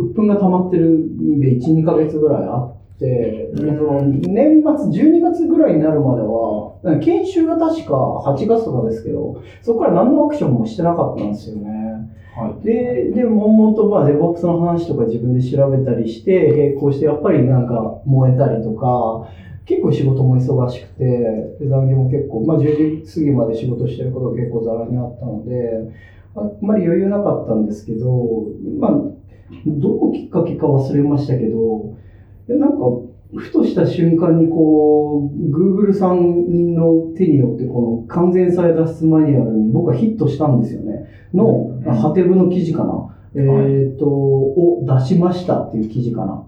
鬱憤が溜まってるんで、1、2ヶ月ぐらいあって、年末12月ぐらいになるまでは、研修が確か8月とかですけど、そこから何のアクションもしてなかったんですよね。はい、で、悶々とDevOps の話とか自分で調べたりして、並行してやっぱりなんか燃えたりとか、結構仕事も忙しくて、残業も結構、10時過ぎまで仕事してることが結構ざらにあったので、あんまり余裕なかったんですけど、どのきっかけか忘れましたけど、なんか、ふとした瞬間にGoogle さんの手によってこの完全再脱出マニュアルに僕はヒットしたんですよね。ハテブの記事かな。を出しましたっていう記事かな。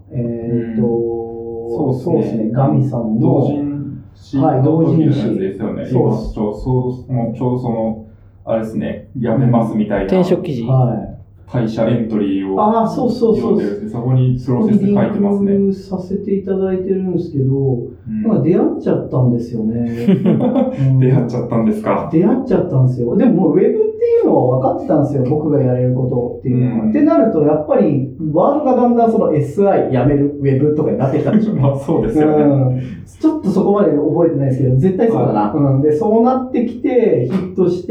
そうですね。ガミさんの。 同人誌の時のやつですよね。今、ちょうどその、あれですね、辞めますみたいな。 転職記事。 はい。 会社エントリーをそうそこにプロセス書いてますね。 リンクさせていただいてるんですけど、出会っちゃったんですよね。 出会っちゃったんですか？ 出会っちゃったんですよ。でももうウェブっていうのは分かってたんですよ。僕がやれることっていうのは。ってなると、やっぱりワードがだんだんその SI やめるウェブとかになってきたんでしょ。 まあそうですよね。 ちょっとそこまで覚えてないですけど、絶対そうだな。で、そうなってきて、ヒットして、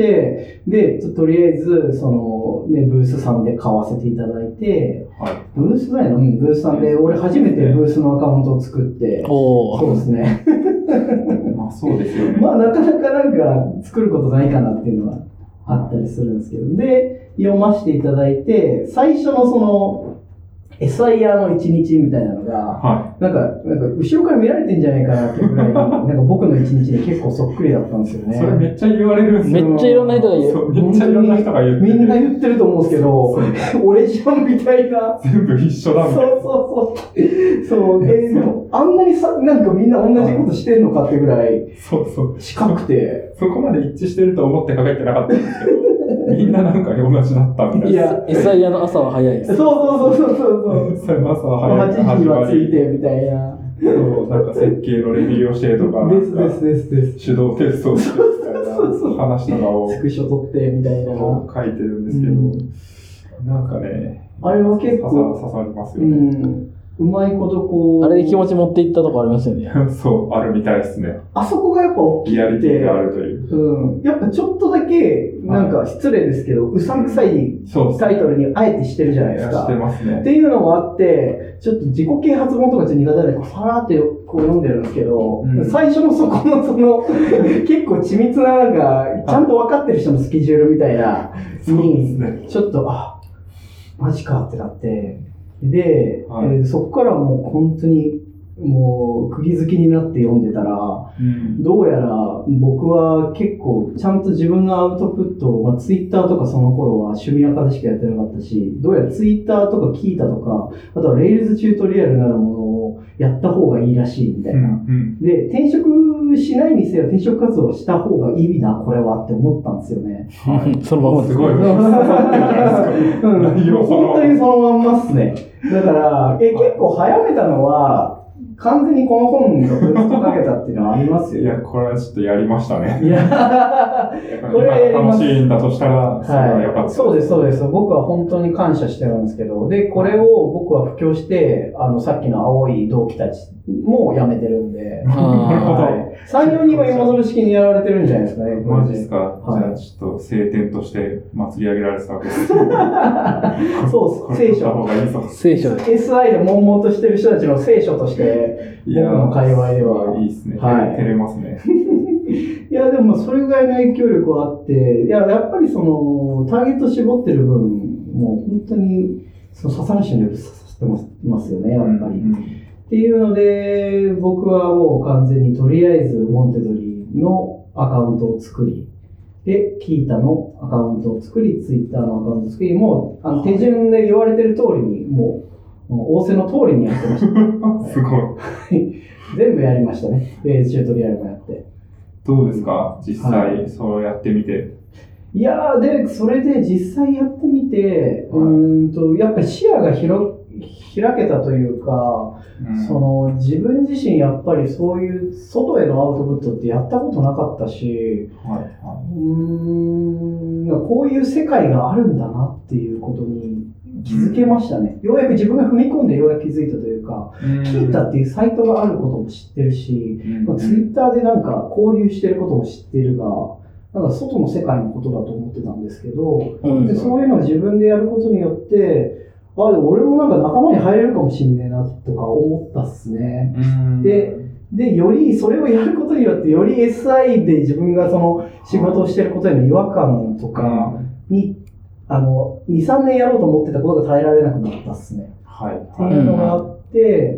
で、とりあえず、ブースさんで買わせていただいて、ブースだよな、ブースさんで、俺初めてブースのアカウントを作って、そうですね。 まあそうですよね。 なかなかなんか作ることないかなっていうのはあったりするんですけど、で、読ませていただいて、最初のSIR の一日みたいなのが、なんか後ろから見られてんじゃないかなっていうぐらい、なんか僕の一日に結構そっくりだったんですよね。 それめっちゃ言われるんですよ。 めっちゃいろんな人が言う。 めっちゃいろんな人が言って。 みんな言ってると思うんですけど、俺じゃんみたいな。 全部一緒だみたいな。 そう。でもあんなになんかみんな同じことしてんのかってぐらい、近くて。 そこまで一致してると思ってかけてなかったんですけど。みんななんか同じだったみたいな。 いや、SIR の朝は早いです。 そう。 SIR の朝は早い。 8時には着いてみたいな。 そう、なんか設計のレビューをしてとか。 です。 手動テストをしてみたいな話とかを。 スクショ撮ってみたいな。 書いてるんですけど、なんかね、 あれは結構刺さりますよね。 うまいことあれで気持ち持っていったとこありますよね。 そう、あるみたいですね。 あそこがやっぱ大きい。 リアリティがあるという。 やっぱちょっとだけ、なんか失礼ですけど、うさんくさいタイトルにあえてしてるじゃないですか。 してますね。 っていうのもあって、ちょっと自己啓発本とかちょっと苦手で、さらーってこう読んでるんですけど、最初のそこの結構緻密ななんか、ちゃんと分かってる人のスケジュールみたいな、に、ちょっと、マジかってなって、で、そこからもう本当にもう釘付きになって読んでたら、どうやら僕は結構ちゃんと自分のアウトプットを、ツイッターとかその頃は趣味赤でしかやってなかったし、どうやらツイッターとかキータとか、あとはレイルズチュートリアルなるものをやった方がいいらしいみたいな。で、転職しないにせよ転職活動した方がいいな、これはって思ったんですよね。 そのまますごい。 本当にそのまんまっすね。だから、結構早めたのは、 完全にこの本がブーストかけたっていうのはありますよ。 いや、これはちょっとやりましたね。 いやこれ楽しいんだとしたら、それは良かった、 はい。そうです、そうです。僕は本当に感謝してるんですけど、で、これを僕は布教して、さっきの青い同期たちも辞めてるんで、 なるほど。 3、4人は芋づる式にやられてるんじゃないですかね。 マジですか。 はい、 じゃあちょっと聖典として祭り上げられてたわけです。 そうです。聖書。 聖書。 SI で悶々としてる人たちの聖書として、僕の界隈では。 いいですね。 はい。 照れますね。 いや、でもそれぐらいの影響力はあって、いや、やっぱりその、ターゲット絞ってる分、もう本当に、その刺さる人によく刺さってますよね、やっぱり。っていうので、僕はもう完全にとりあえず、モンテドリーのアカウントを作り、で、キータのアカウントを作り、ツイッターのアカウントを作り、もう、手順で言われてる通りに、もう仰せの通りにやってました。 すごい。 全部やりましたね。チュートリアルもやって。 どうですか実際、そうやってみて。 いやー、で、それで実際やってみて、やっぱり視野が開けたというか、その自分自身やっぱりそういう外へのアウトプットってやったことなかったし、こういう世界があるんだなっていうことに気づけましたね。ようやく自分が踏み込んでようやく気づいたというか、キータっていうサイトがあることも知ってるし、ツイッターでなんか交流してることも知ってるが、なんか外の世界のことだと思ってたんですけど、でそういうのを自分でやることによって、俺もなんか仲間に入れるかもしんねえなとか思ったっすね。で、よりそれをやることによって、より SI で自分がその仕事をしてることへの違和感とかに、2、3年やろうと思ってたことが耐えられなくなったっすね。 はい。 っていうのがあって、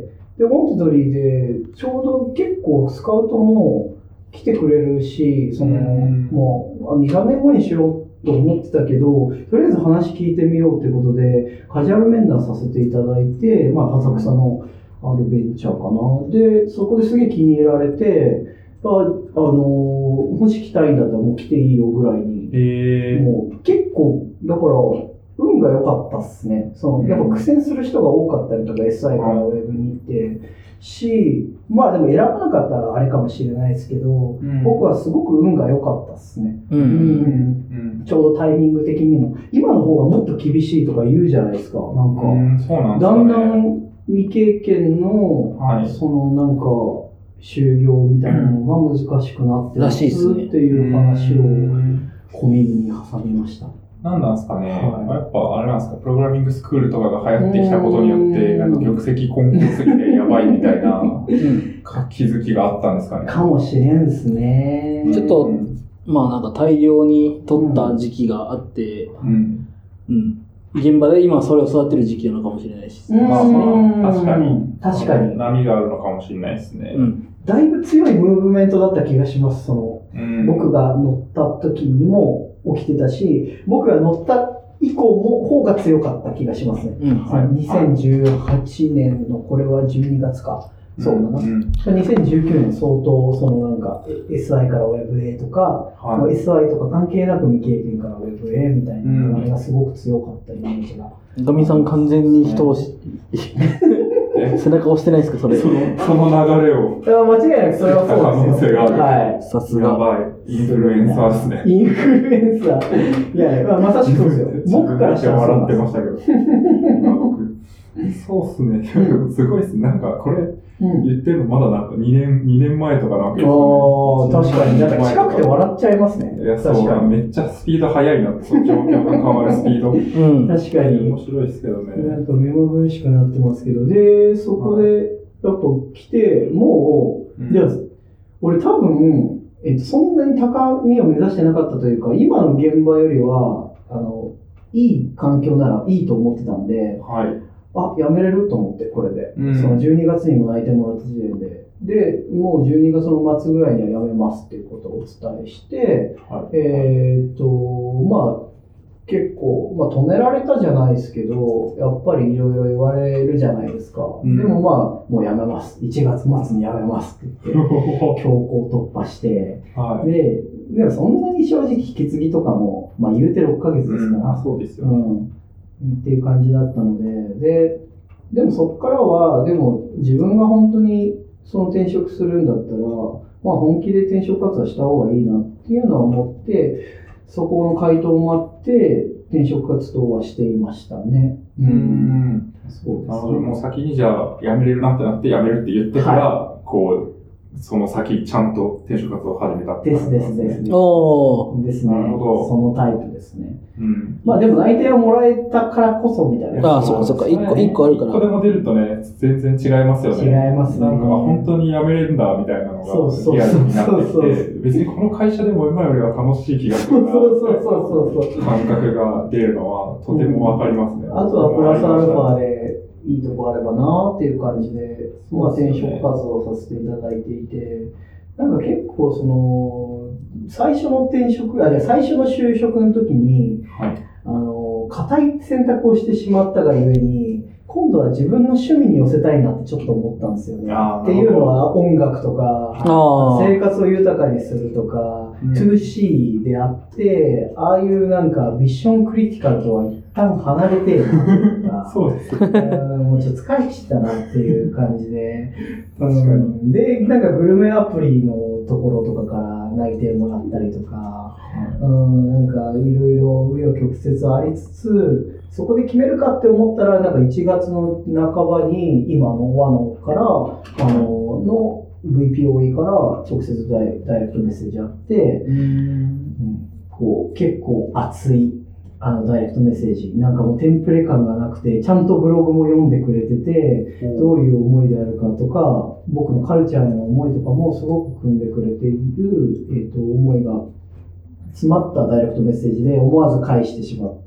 で、モンテドリーでちょうど結構スカウトも来てくれるし、もう2、3年後にしようと思ってたけど、とりあえず話聞いてみようということで、カジュアル面談させていただいて、浅草のあるベンチャーかな。で、そこですげえ気に入られて、もし来たいんだったらもう来ていいよぐらいに。もう結構、だから、運が良かったっすね。やっぱ苦戦する人が多かったりとか、SI からウェブに行ってし、でも選ばなかったらあれかもしれないですけど、僕はすごく運が良かったっすね。ちょうどタイミング的にも。今の方がもっと厳しいとか言うじゃないですか。なんか、だんだん未経験の、なんか、就業みたいなのが難しくなってますっていう話を小耳に挟みました。 なんなんですかね、やっぱあれなんですか、プログラミングスクールとかが流行ってきたことによって、なんか玉石混合すぎてやばいみたいな気づきがあったんですかね。 かもしれんですね。 ちょっと、なんか大量に取った時期があって、現場で今それを育てる時期なのかもしれないし。 確かに。 確かに。 波があるのかもしれないですね。 だいぶ強いムーブメントだった気がします。僕が乗った時にも起きてたし、僕が乗った以降も方が強かった気がしますね。2018年のこれは12月か。そうだな。2019年相当なんか SI から WebA とか、SI とか関係なく未経験から WebA みたいな流れがすごく強かったイメージが。 ガミさん完全に人を背中押してないですかそれ。 その流れを。 間違いなくそれはそうですよ。 可能性がある。 はい。さすが。 やばい。インフルエンサーですね。 インフルエンサー。いや、まさしくそうですよ。僕からしたら笑ってましたけど。今僕。そうっすね。すごいっすね。なんかこれ言ってるのまだなんか2年前とかなわけですよね。確かに。なんか近くて笑っちゃいますね。 いや、そう。めっちゃスピード速いなって、その状況が変わるスピード。 確かに。 面白いですけどね。 なんか目まぐるしくなってますけど。で、そこでやっぱ来て、もう、じゃあ、俺多分、そんなに高みを目指してなかったというか、今の現場よりは、いい環境ならいいと思ってたんで、辞めれると思って、これで。その12月にも泣いてもらった時点で。で、もう12月の末ぐらいには辞めますっていうことをお伝えして、結構、止められたじゃないですけど、やっぱりいろいろ言われるじゃないですか。でももう辞めます。1月末に辞めますって言って、強行突破して、でもそんなに正直引き継ぎとかも、言うて6ヶ月ですから。 そうですよね。 っていう感じだったので、 でもそこからは、でも自分が本当にその転職するんだったら、まあ本気で転職活動した方がいいなっていうのは思って、そこの回答を待って転職活動はしていましたね。 そうですね。もう先にじゃあ辞めれるなってなって辞めるって言ってから、こう、その先ちゃんと転職活動を始めたってですね。 おー。 ですね。 なるほど。 そのタイプですね。 うん。 まあでも内定をもらえたからこそみたいな。 ああ、そっかそっか。一個あるから。 一個でも出るとね、全然違いますよね。 違いますね。 なんか本当に辞めれるんだみたいなのがリアルになってきて、別にこの会社でも今よりは楽しい気がするなって感覚が出るのはとてもわかりますね。 あとはプラスアルファでいいとこあればなーっていう感じで、まあ転職活動させていただいていて、なんか結構その、最初の就職の時に、固い選択をしてしまったがゆえに、今度は自分の趣味に寄せたいなってちょっと思ったんですよね。っていうのは音楽とか、生活を豊かにするとか、2C であって、ああいうなんかミッションクリティカルとは一旦離れてるなそうです。 もうちょっと疲れ切ったなっていう感じで。 確かに。 で、なんかグルメアプリのところとかから内定もらったりとか、なんかいろいろ紆余曲折ありつつ、そこで決めるかって思ったら、なんか1月の半ばに今のワノから、の VPOE から直接ダイレクトメッセージあって、こう結構熱いダイレクトメッセージ、なんかもうテンプレ感がなくて、ちゃんとブログも読んでくれてて、どういう思いであるかとか、僕のカルチャーへの思いとかもすごく組んでくれている、思いが詰まったダイレクトメッセージで思わず返してしまって、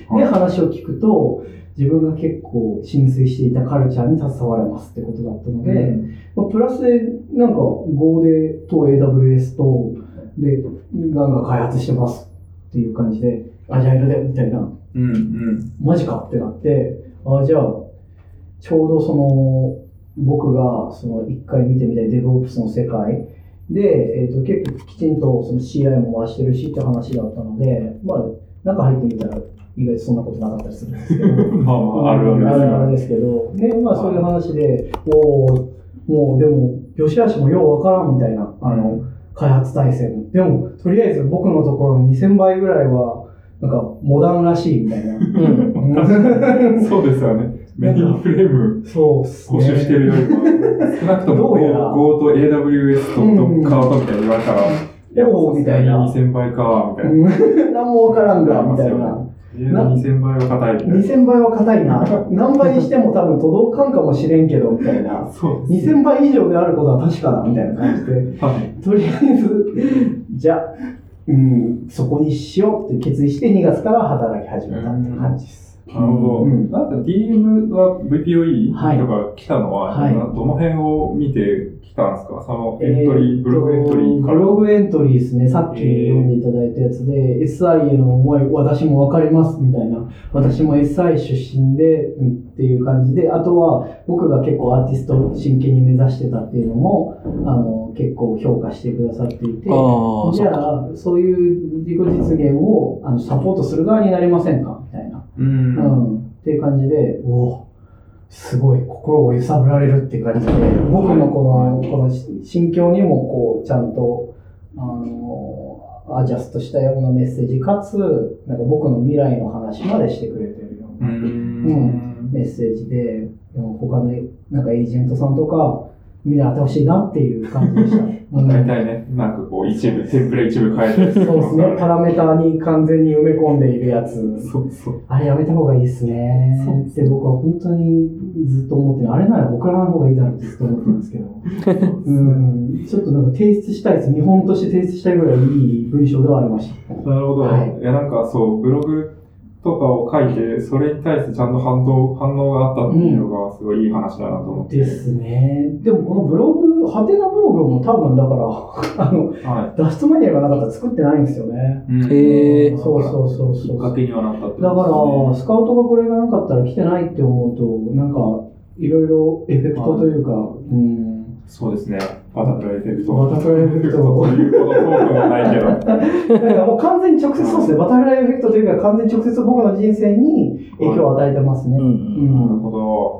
で、話を聞くと、自分が結構浸水していたカルチャーに携われますってことだったので、プラスで、なんか GoDay と AWS と、で、ガンガン開発してますっていう感じで、アジャイルで、みたいな。マジかってなって、じゃあ、ちょうどその、僕がその一回見てみたい DevOps の世界で、結構きちんとその CI も回してるしって話だったので、まあ、中入ってみたら意外とそんなことなかったりするんですけど。 あるあるですけど、ね、まあそういう話で、もうでも、良し悪しもようわからんみたいな、開発体制も。でも、とりあえず僕のところの2000倍ぐらいは、なんか、モダンらしいみたいな。 そうですよね。メインフレーム、保守してるよりは、少なくとも Go と AWS と Docker とみたいに言われたら、 みたいな。 2000倍か、みたいな。 何もわからんが、みたいな。 2000倍は硬いみたいな。 2000倍は硬いな。何倍にしても多分届かんかもしれんけど、みたいな。2000倍以上であることは確かだ、みたいな感じで。とりあえず、じゃあ、そこにしようって決意して2月から働き始めたって感じです。 なるほど。なんか DM は VPOE とか来たのは、どの辺を見てきたんですか？そのエントリー、ブログエントリーから。 ブログエントリーですね。さっき読んでいただいたやつで、SI への思い、私もわかりますみたいな。私も SI 出身で、っていう感じで、あとは僕が結構アーティストを真剣に目指してたっていうのも、結構評価してくださっていて、じゃあ、そういう自己実現をサポートする側になりませんかみたいな。っていう感じで、すごい心を揺さぶられるっていう感じで、僕のこの心境にもこう、ちゃんと、アジャストしたようなメッセージかつ、なんか僕の未来の話までしてくれてるような、メッセージで、他のなんかエージェントさんとか、見習ってほしいなっていう感じでした。 大体ね、なんかこうテンプレ一部変えてる。 そうですね、パラメーターに完全に埋め込んでいるやつ。あれやめた方がいいですね。って僕は本当にずっと思ってる。あれなら僕らの方がいいだろうってずっと思ってるんですけど。ちょっとなんか提出したいです。見本として提出したいぐらいいい文章ではありました。 なるほど。いやなんかそう、ブログとかを書いて、それに対してちゃんと反応があったっていうのがすごいいい話だなと思って。 ですね。でもこのブログ、ハテナブログも多分だから、脱出マニュアルがなかったら作ってないんですよね。そう。 きっかけにはなったってことですね。 だから、スカウトがこれがなかったら来てないって思うと、なんか、いろいろエフェクトというか、 そうですね。バタフライエフェクト。 バタフライエフェクト。 というほど遠くはないけど。 なんかもう完全に直接、そうですね。バタフライエフェクトというか、完全に直接僕の人生に影響を与えてますね。 なるほど。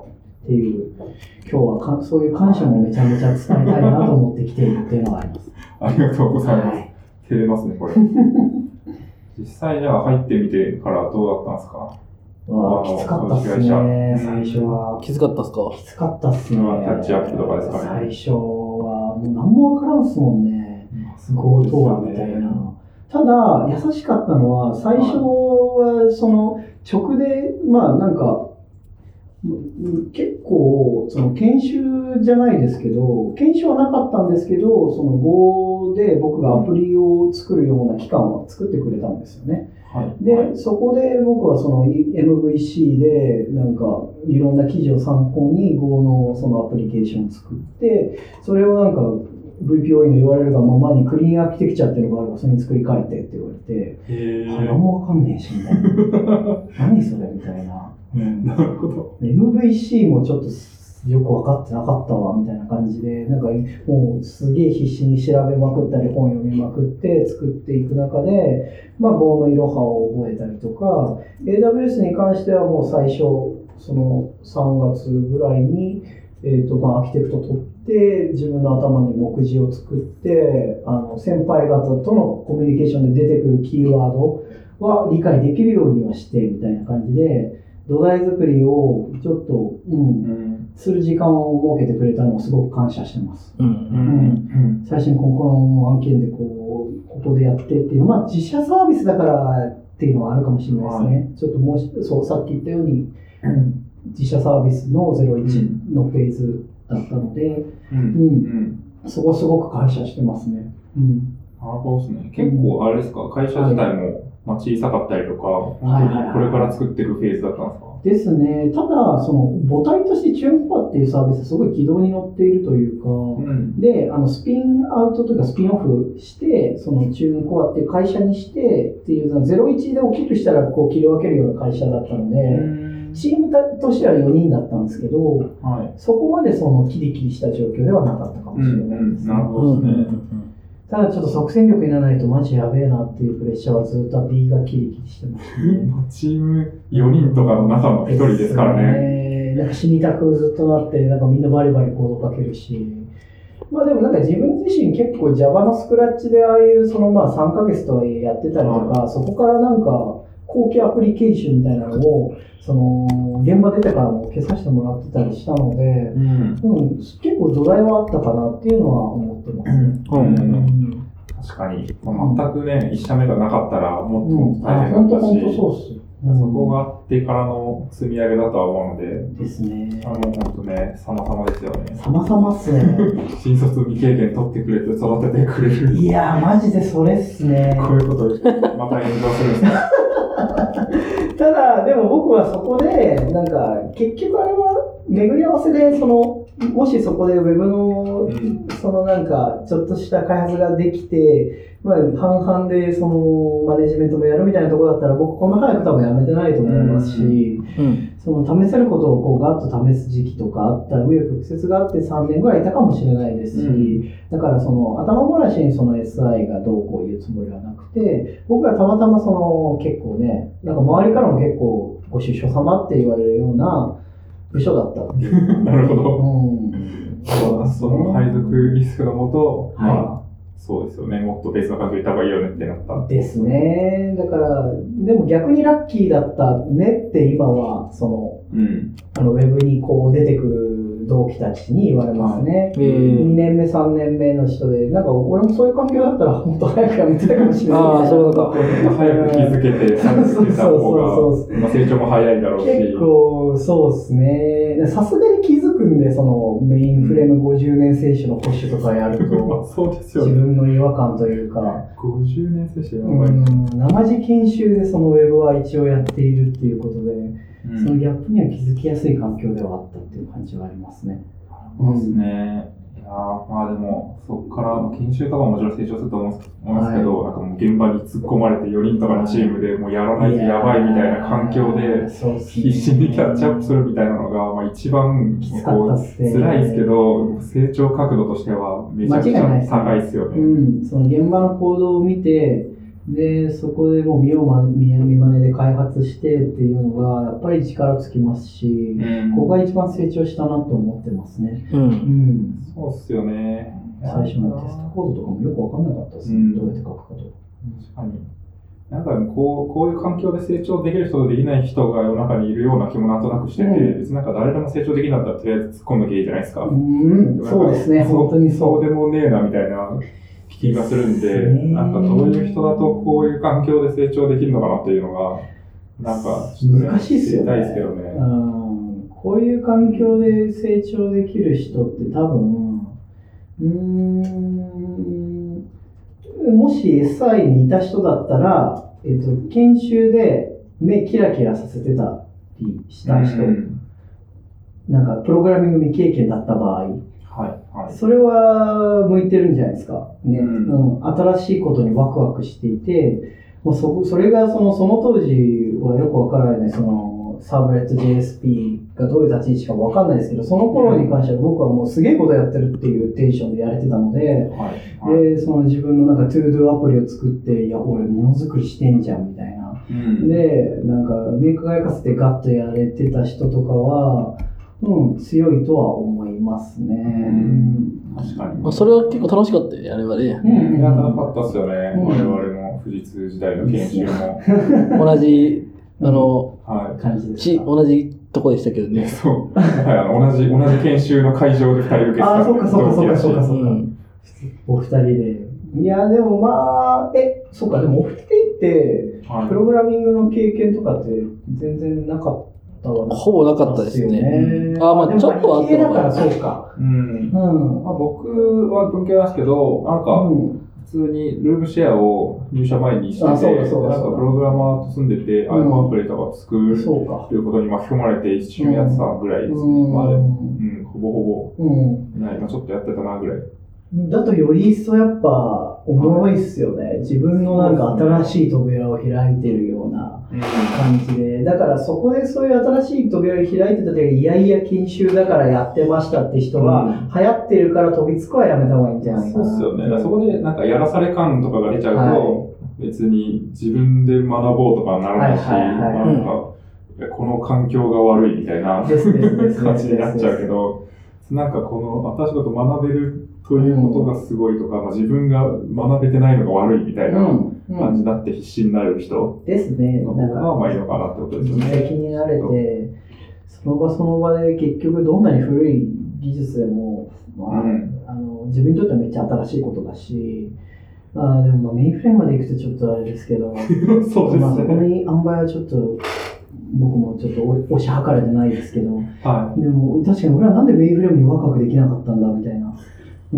っていう、今日はそういう感謝もめちゃめちゃ伝えたいなと思って来ているっていうのがあります。 ありがとうございます。照れますね、これ。実際じゃあ入ってみてからどうだったんですか？ きつかったっすね、最初は。 きつかったっすか？ きつかったっすね。 キャッチアップとかですかね。 最初は、もう何もわからんっすもんね。強盗はみたいな。ただ、優しかったのは、最初は、直で、なんか、結構、研修じゃないですけど、研修はなかったんですけど、Go で僕がアプリを作るような期間を作ってくれたんですよね。 はい、 で、そこで僕はMVC で、なんか、いろんな記事を参考に Go のそのアプリケーションを作って、それをなんか、VPOE の言われるがままにクリーンアーキテクチャっていうのがあるから、それに作り変えてって言われて、何もわかんねえし、みたいな。何それみたいな。 なるほど。 MVC もちょっとよく分かってなかったわ、みたいな感じで、なんかもうすげえ必死に調べまくったり、本読みまくって作っていく中で、Go のいろはを覚えたりとか、AWS に関してはもう最初、その3月ぐらいに、アーキテクト取って、自分の頭に目次を作って、先輩方とのコミュニケーションで出てくるキーワードは理解できるようにはして、みたいな感じで、土台作りをちょっと、する時間を設けてくれたのをすごく感謝してます。最初にこの案件でここでやってっていう、自社サービスだからっていうのはあるかもしれないですね。はい、ちょっとそう、さっき言ったように、自社サービスの01のフェーズだったので、そこはすごく感謝してますね。 なるほどですね。結構あれですか、会社自体も小さかったりとか、本当にこれから作っていくフェーズだったんですか？ ですね。ただ、母体としてチューンコアっていうサービスはすごい軌道に乗っているというか、で、スピンアウトというかスピンオフして、チューンコアっていう会社にしてっていう、01で大きくしたらこう切り分けるような会社だったので、チームとしては4人だったんですけど、そこまでキリキリした状況ではなかったかもしれないですね。 なるほどですね。 ただちょっと即戦力にならないとマジやべえなっていうプレッシャーはずっとB がキリキリしてましたね。 チーム4人とかの中の1人ですからね。 なんか死にたくずっとなって、なんかみんなバリバリコードかけるし。でもなんか自分自身結構 Java のスクラッチでああいう3ヶ月とはいえやってたりとか、そこからなんか後期アプリケーションみたいなのを、現場出てからも消させてもらってたりしたので、結構土台はあったかなっていうのは思ってますね。 確かに。全くね、一社目がなかったらもっともっと大変だったし、 本当そうっす。 そこがあってからの積み上げだとは思うので、 ですね。 本当ね、様々ですよね。 様々っすね。 新卒未経験取ってくれて育ててくれる。 いやー、マジでそれっすね。 こういうことまた炎上するんですか？ ただ、でも僕はそこで、なんか、結局あれは、巡り合わせで、もしそこで Web の、なんか、ちょっとした開発ができて、半々で、マネジメントもやるみたいなところだったら、僕こんな早く多分やめてないと思いますし、試せることをガッと試す時期とかあったら、紆余曲折があって3年ぐらいいたかもしれないですし、だから頭ごなしにSI がどうこう言うつもりはなくて、僕はたまたま結構ね、なんか周りからも結構ご出所様って言われるような部署だったっていう。 なるほど。その配属リスクのもと、そうですよね。もっと別の環境にいた方がいいよねってなった。 ですね。だから、でも逆にラッキーだったねって今は、ウェブにこう出てくる同期たちに言われますね。2年目、3年目の人で、なんか俺もそういう環境だったらもっと早くやめてたかもしれない。 ああ、そういうことか。 早く気づけて、早く気づけた方が、成長も早いだろうし。 結構、そうですね。さすがに気づくんで、メインフレーム50年選手の保守とかやると、 そうですよね。 自分の違和感というか、 50年選手生地研修でウェブは一応やっているっていうことで、そのギャップには気づきやすい環境ではあったっていう感じはありますね。 そうですね。いやでも、そこから研修とかももちろん成長すると思うんですけど、なんかもう現場に突っ込まれて4人とかのチームでもうやらないとやばいみたいな環境で必死にキャッチアップするみたいなのが、一番辛いですけど、成長角度としてはめちゃくちゃ高いですよね。 その現場の行動を見て、 で、そこでもう見まねで開発してっていうのが、やっぱり力つきますし、ここが一番成長したなと思ってますね。 そうっすよね。 最初のテストコードとかもよくわかんなかったですね。どうやって書くかと。 確かに。なんかこういう環境で成長できる人とできない人が世の中にいるような気もなんとなくしてて、別になんか誰でも成長できなかったらとりあえず突っ込んだけいいじゃないですか。 そうですね、本当にそうでもねえなみたいな気がするんで、なんかどういう人だとこういう環境で成長できるのかなっていうのが、なんかちょっと難しいですよね。 知りたいですけどね。 こういう環境で成長できる人って多分、もし SI にいた人だったら、研修で目キラキラさせてたりした人、なんかプログラミング未経験だった場合、それは向いてるんじゃないですか。ね。新しいことにワクワクしていて、もうそれがその当時はよくわからない、サーブレット JSP がどういう立ち位置かわかんないですけど、その頃に関しては僕はもうすげえことやってるっていうテンションでやれてたので、で、自分のなんか ToDo アプリを作って、いや、俺ものづくりしてんじゃんみたいな。で、なんかメイク輝かせてガッとやれてた人とかは、強いとは思いますね。 確かに。 それは結構楽しかったよね、あれはね。 いや、楽しかったっすよね。我々も富士通時代の研修も。 同じ、 感じですか。 同じとこでしたけどね。 そう。同じ研修の会場で2人受けてた。 そうか。お二人で。いや、でもそうか、でもお二人って、プログラミングの経験とかって全然なかったわね。 ほぼなかったですね。ちょっとあっただからそうか。 僕は文系なんですけど、なんか、普通にルームシェアを入社前にしてて、なんかプログラマーと住んでて、アプリとか作ることに巻き込まれて一瞬やってたぐらいですね。ほぼほぼ、ちょっとやってたなぐらい。 だとより一層やっぱおもろいっすよね。自分のなんか新しい扉を開いてるような感じで。だからそこでそういう新しい扉を開いてた時、いやいや研修だからやってましたって人は、流行ってるから飛びつくはやめた方がいいんじゃないかな。 そうっすよね。そこでなんかやらされ感とかが出ちゃうと、別に自分で学ぼうとかならないし、なんかこの環境が悪いみたいな感じになっちゃうけど、なんかこの新しいこと学べるということがすごいとか、自分が学べてないのが悪いみたいな感じになって必死になる人ですね。 の方がいいのかなってことですよね。 実績になれて、その場で結局どんなに古い技術でも、自分にとってはめっちゃ新しいことだし、でもメインフレームまで行くとちょっとあれですけど、 そうですね。 そこに塩梅はちょっと、僕もちょっと推し量れてないですけど、でも確かに俺はなんでメインフレームにワクワクできなかったんだみたいな。で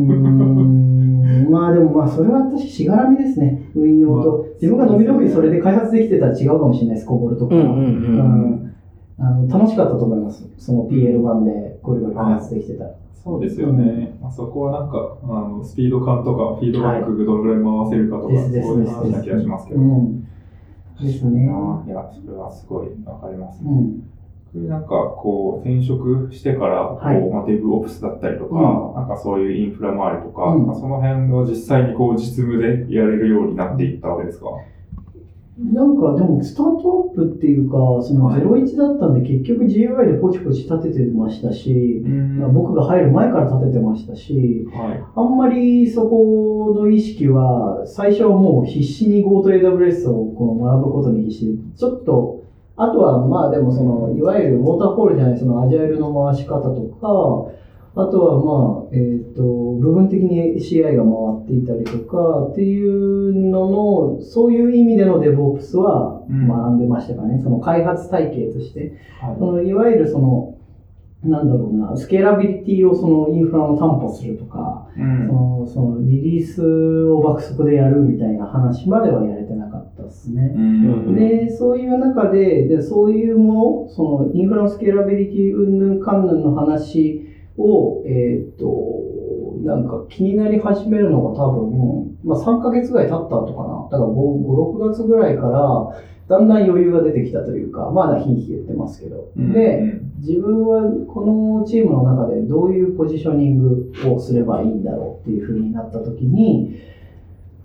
もそれは私しがらみですね。運用と。自分が伸び伸びそれで開発できてたら違うかもしれないです、コボルとか。楽しかったと思います。その PL 版でゴリゴリ開発できてたら。 そうですよね。そこはなんか、スピード感とか、フィードバックどのぐらい回せるかとか、そういう話な気がしますけど。 ですね。 いや、それはすごいわかりますね。なんかこう転職してからデブオプスだったりとか、なんかそういうインフラ周りとか、その辺を実際に実務でやれるようになっていったわけですか？ なんかでもスタートアップっていうか、その01だったんで結局 GUI でポチポチ立ててましたし、僕が入る前から立ててましたし、あんまりそこの意識は最初はもう必死に Go と AWS を学ぶことに必死で、ちょっとあとはでもいわゆるウォーターフォールじゃないアジャイルの回し方とか、あとは部分的に CI が回っていたりとかっていうのの、そういう意味での DevOps は学んでましたかね。その開発体系として。いわゆるスケーラビリティをインフラの担保するとか、そのリリースを爆速でやるみたいな話まではやれてなかったですね。で、そういう中で、そういうもの、インフラのスケーラビリティ云々かんぬんの話を、なんか気になり始めるのが多分、3ヶ月ぐらい経った後かな。だから5、6月ぐらいから、だんだん余裕が出てきたというか、まだひいひい言ってますけど。で、自分はこのチームの中でどういうポジショニングをすればいいんだろうっていう風になった時に、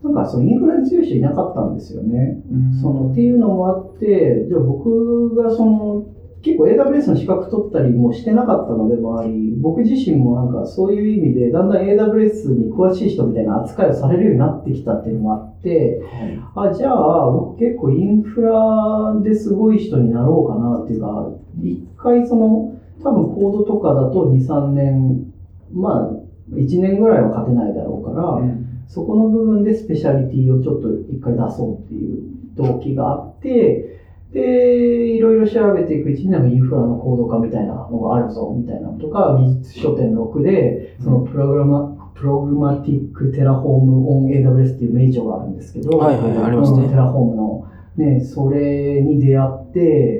なんかそのインフラに強い人いなかったんですよね。っていうのもあって、じゃあ僕が結構 AWS の資格取ったりもしてなかったのでもあり、僕自身もなんかそういう意味でだんだん AWS に詳しい人みたいな扱いをされるようになってきたっていうのもあって、じゃあ僕結構インフラですごい人になろうかなっていうか、一回多分コードとかだと2、3年、1年ぐらいは勝てないだろうから、そこの部分でスペシャリティをちょっと一回出そうっていう動機があって、で、いろいろ調べていくうちにインフラのコード化みたいなのがあるぞみたいなのとか、技術書店6で、プログマティックテラフォームオン AWS っていう名著があるんですけど、 ありますね。 テラフォームの、ね、それに出会って、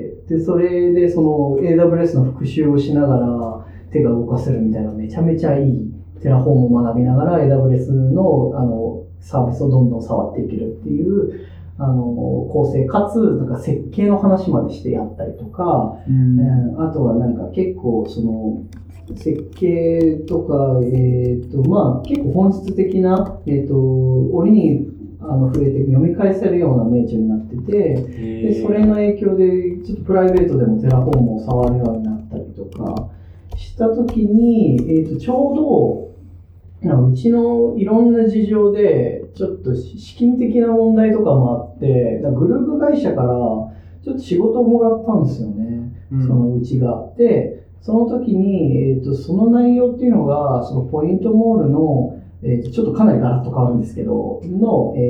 で、それでAWS の復習をしながら手が動かせるみたいなめちゃめちゃいいテラフォームを学びながら AWS のサービスをどんどん触っていけるっていう構成かつなんか設計の話までしてやったりとか、あとはなんか結構設計とか結構本質的な折に触れて読み返せるような名著になってて、でそれの影響でちょっとプライベートでもテラフォームを触るようになったりとかしたときに、ちょうどうちのいろんな事情でちょっと資金的な問題とかもあって、グループ会社からちょっと仕事をもらったんですよね、うちが。で、その時に、その内容っていうのが、ポイントモールの、ちょっとかなりガラッと変わるんですけど、ポイント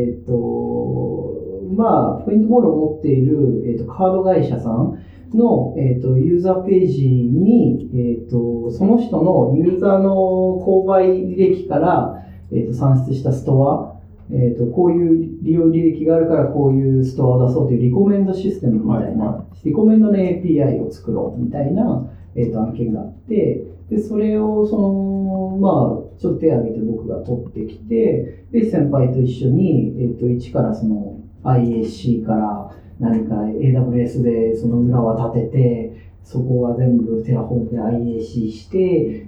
モールを持っている、カード会社さんの、ユーザーページに、その人のユーザーの購買履歴から、算出したストア、こういう利用履歴があるからこういうストアを出そうというリコメンドシステムみたいな、リコメンドの API を作ろうみたいな、案件があって、で、それをちょっと手を挙げて僕が取ってきて、で、先輩と一緒に、一からIAC から何から AWS でその裏は立てて、そこは全部テラフォームで IAC して、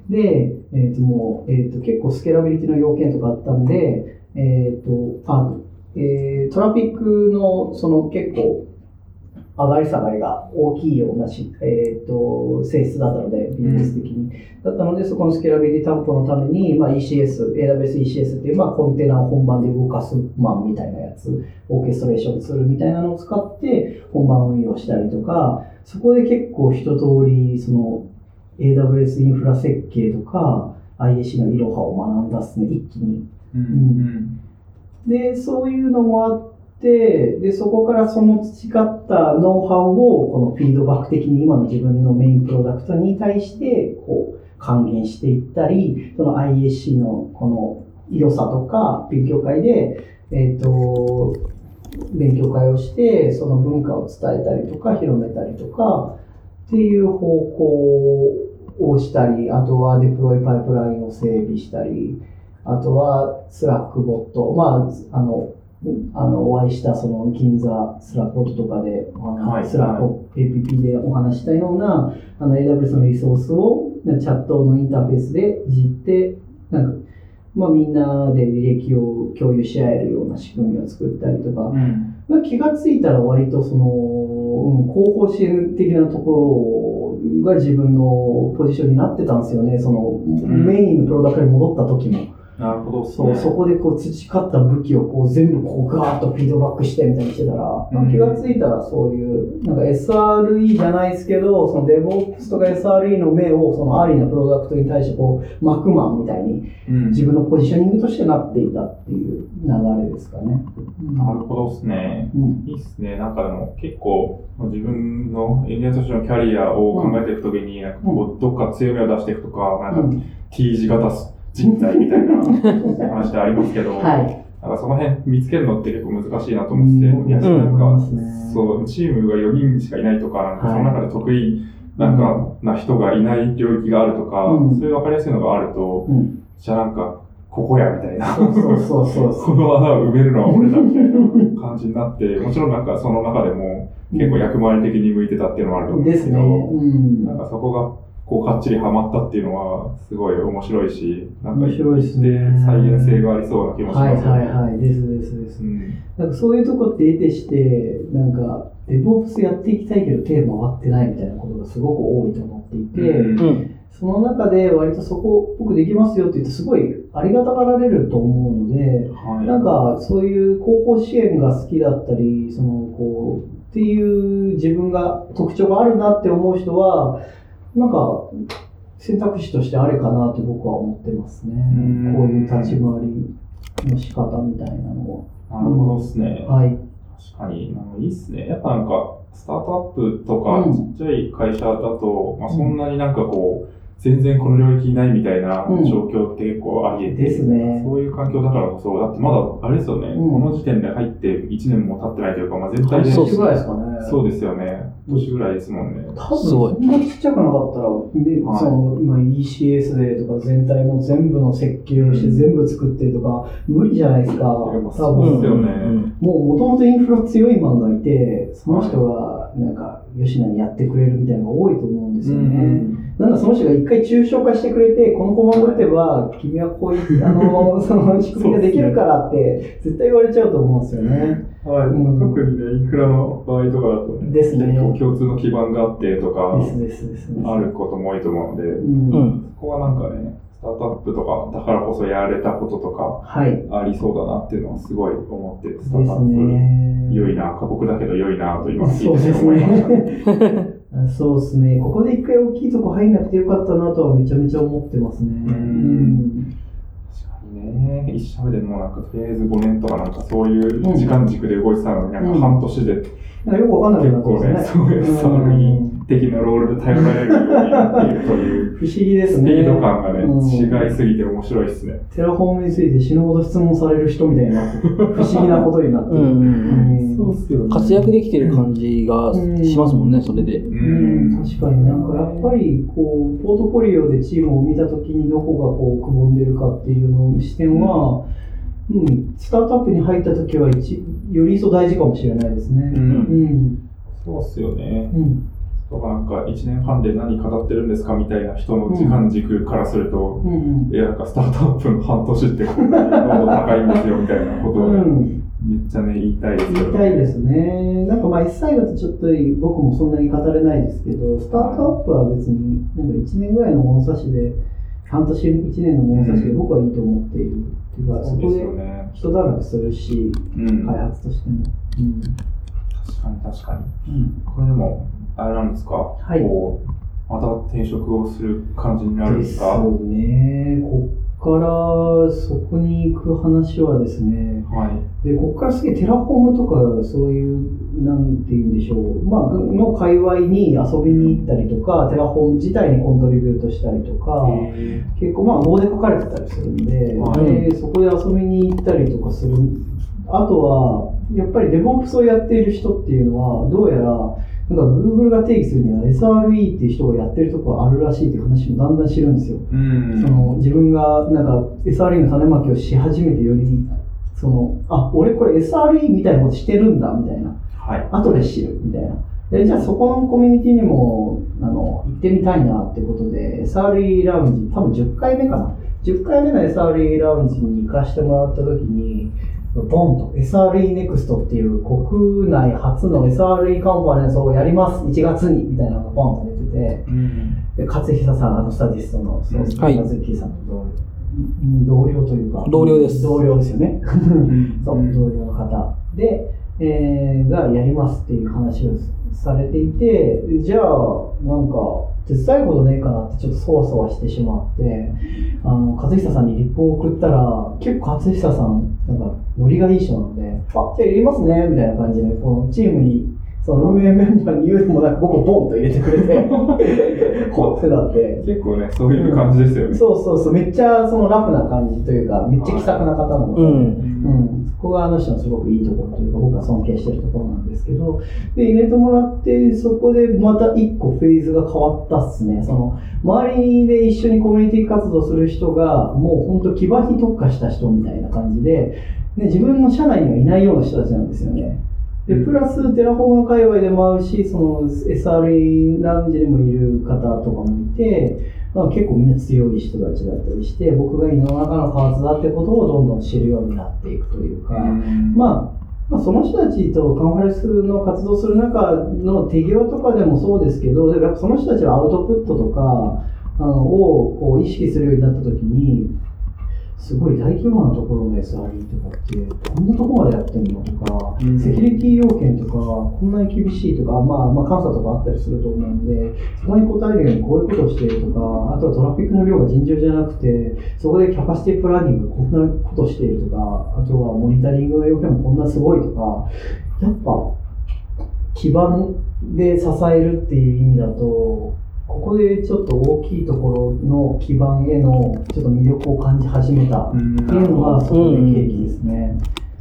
で、結構スケーラビリティの要件とかあったんで、トラフィックの結構上がり下がりが大きいような性質だったので、ビジネス的に。だったので、そこのスケーラビリティ担保のために、ECS、AWS ECS っていう、コンテナを本番で動かすマンみたいなやつ、オーケストレーションツールみたいなのを使って、本番運用したりとか、そこで結構一通り、AWS インフラ設計とか、IAC のイロハを学んだっすね、一気に。で、そういうのもあって、で、そこからその培ったノウハウを、このフィードバック的に今の自分のメインプロダクトに対して、還元していったり、その IAC のこの良さとか、勉強会で、勉強会をして、その文化を伝えたりとか、広めたりとか、っていう方向をしたり、あとはデプロイパイプラインを整備したり、あとはスラックボット、お会いした銀座スラックボットとかで、スラック APP でお話したような、AWS のリソースをチャットのインターフェースでいじって、みんなで履歴を共有し合えるような仕組みを作ったりとか、気がついたら割と広報支援的なところが自分のポジションになってたんですよね。メインのプロダクトに戻った時も。 なるほど、ね。 そこで培った武器を全部ガーッとフィードバックしてみたいにしてたら、気がついたらそういう、SRE じゃないですけど、DevOps とか SRE の目をアーリーなプロダクトに対してマクマンみたいに、自分のポジショニングとしてなっていたっていう流れですかね。 なるほどですね。いいっすね。でも結構自分のエンジニアとしてのキャリアを考えていくときに、どっか強みを出していくとか、T 字型人材みたいな話でありますけど、その辺見つけるのって結構難しいなと思ってて、チームが4人しかいないとか、その中で得意な人がいない領域があるとか、そういう分かりやすいのがあると、じゃあここやみたいな、この穴を埋めるのは俺だみたいな感じになって、もちろんその中でも結構役回り的に向いてたっていうのもあると思うんですけど、そこがこうかっちりハマったっていうのはすごい面白いし、なんか面白いですね。 再現性がありそうな気もしますよね。 はい。です。なんかそういうとこって得てして、なんか、DevOps やっていきたいけど手回ってないみたいなことがすごく多いと思っていて、その中で割とそこ僕できますよって言ってすごいありがたがられると思うので、なんかそういう広報支援が好きだったり、こうっていう自分が特徴があるなって思う人は、なんか選択肢としてあれかなって僕は思ってますね。こういう立ち回りの仕方みたいなのは。 なるほどですね。 はい。 確かに、いいっすね。やっぱなんか、スタートアップとか、ちっちゃい会社だと、まあ、そんなになんかこう、全然この領域いないみたいな状況って結構あり得て、 ですね。 そういう環境だからこそ、だってまだ、あれですよね、この時点で入って1年も経ってないというか、まあ、絶対で。 年ぐらいですかね。 そうですよね。年ぐらいですもんね。 多分、そんなちっちゃくなかったら、今 ECS でとか全体も全部の設計をして全部作ってとか、無理じゃないですか。 多分ですよね。 もともとインフラ強いマンがいて、その人がなんか吉野にやってくれるみたいなのが多いと思うんですよね。なんだその人が一回抽象化してくれて、このコマンド打てば、君はこういうその仕組みができるからって絶対言われちゃうと思うんですよね。 はい。特にね、インフラの場合とかだとね、 ですね。 結構共通の基盤があってとか、 ですあることも多いと思うので、そこはなんかね、スタートアップとかだからこそやれたこととか、ありそうだなっていうのはすごい思って、スタートアップ良いな、過酷だけど良いなと今聞いて思いましたね。 そうですね。ここで一回大きいとこ入んなくてよかったなとはめちゃめちゃ思ってますね。 確かにね。一社目でもうなんかとりあえず5年とかなんかそういう時間軸で動いてたのに、なんか半年で、 よくわかんない結構ね、そういうSRE的なロールで頼られるようになっているという。 不思議ですね。 スピード感がね、違いすぎて面白いですね。 テラフォームについて死ぬほど質問される人みたいな、不思議なことになってる。 そうっすよね。活躍できてる感じがしますもんね、それで。 確かになんかやっぱりこう、ポートフォリオでチームを見たときにどこがこう、くぼんでるかっていうの視点は、スタートアップに入ったときはより一層大事かもしれないですね。 そうっすよね。とかなんか1年半で何語ってるんですかみたいな人の時間軸からすると、なんかスタートアップの半年ってこんなに濃度高いんですよみたいなことを、めっちゃね、言いたいですけど、 言いたいですね。なんかまあ SI だとちょっと僕もそんなに語れないですけど、スタートアップは別になんか1年ぐらいの物差しで、半年1年の物差しで僕はいいと思っている。っていうか、そこで一段落するし、開発としても。 確かに。これでも、あれなんですか、こう、また転職をする感じになるんですか？ そうね。こっからそこに行く話はですね、でこっからすげえテラフォームとかそういうなんて言うんでしょう、の界隈に遊びに行ったりとか、テラフォーム自体にコントリビュートしたりとか、結構Goで書かれてたりするんで、そこで遊びに行ったりとかする。あとはやっぱり DevOps をやっている人っていうのはどうやらなんか Google が定義するには SRE っていう人がやってるところがあるらしいっていう話もだんだん知るんですよ。その自分がなんか SRE の種まきをし始めてより俺これ SRE みたいなことしてるんだみたいな、後で知るみたいな。じゃあそこのコミュニティにも行ってみたいなってことで SRE ラウンジ多分10回目かな、10回目の SRE ラウンジに行かせてもらった時にボンと SRE Next っていう国内初の SRE カンファレンスをやります1月にみたいなのがボンと出てて、勝久さんスタジストのズッキーさんと同僚というか同僚ですよねそう同僚の方で、がやりますっていう話をされていて、じゃあなんか手伝いことねえかなってちょっとそわそわしてしまって、勝久さんにリポを送ったら結構勝久さんなんかノリがいい人なので、じゃあやりますねみたいな感じでこのチームにその運営メンバーに言うのもなく僕をボンと入れてくれてほってなって結構ねそういう感じですよね、 そうめっちゃそのラフな感じというかめっちゃ気さくな方なので、そこがあの人のすごくいいところというか僕が尊敬してるところなんですけど、で入れてもらってそこでまた一個フェーズが変わったっすね。その周りで一緒にコミュニティ活動する人がもう本当騎馬に特化した人みたいな感じで、自分の社内にはいないような人たちなんですよね。 で、プラステラフォーム界隈でも会うし、その SRE ラウンジにもいる方とかもいて、まあ、結構みんな強い人たちだったりして、僕が世の中のパーツだってことをどんどん知るようになっていくというか、まあ、その人たちとカンファレンスの活動する中の手際とかでもそうですけど、やっぱその人たちはアウトプットとかをこう意識するようになった時に、すごい大規模なところの SRE とかってこんなところまでやってんのとか、セキュリティ要件とかこんなに厳しいとか、まあ監査とかあったりすると思うので、そこに応えるようにこういうことをしているとか、あとはトラフィックの量が尋常じゃなくて、そこでキャパシティプランニングこんなことをしているとか、あとはモニタリングの要件もこんなすごいとか、やっぱ基盤で支えるっていう意味だと、ここでちょっと大きいところの基盤へのちょっと魅力を感じ始めたっていうのがそこで契機ですね。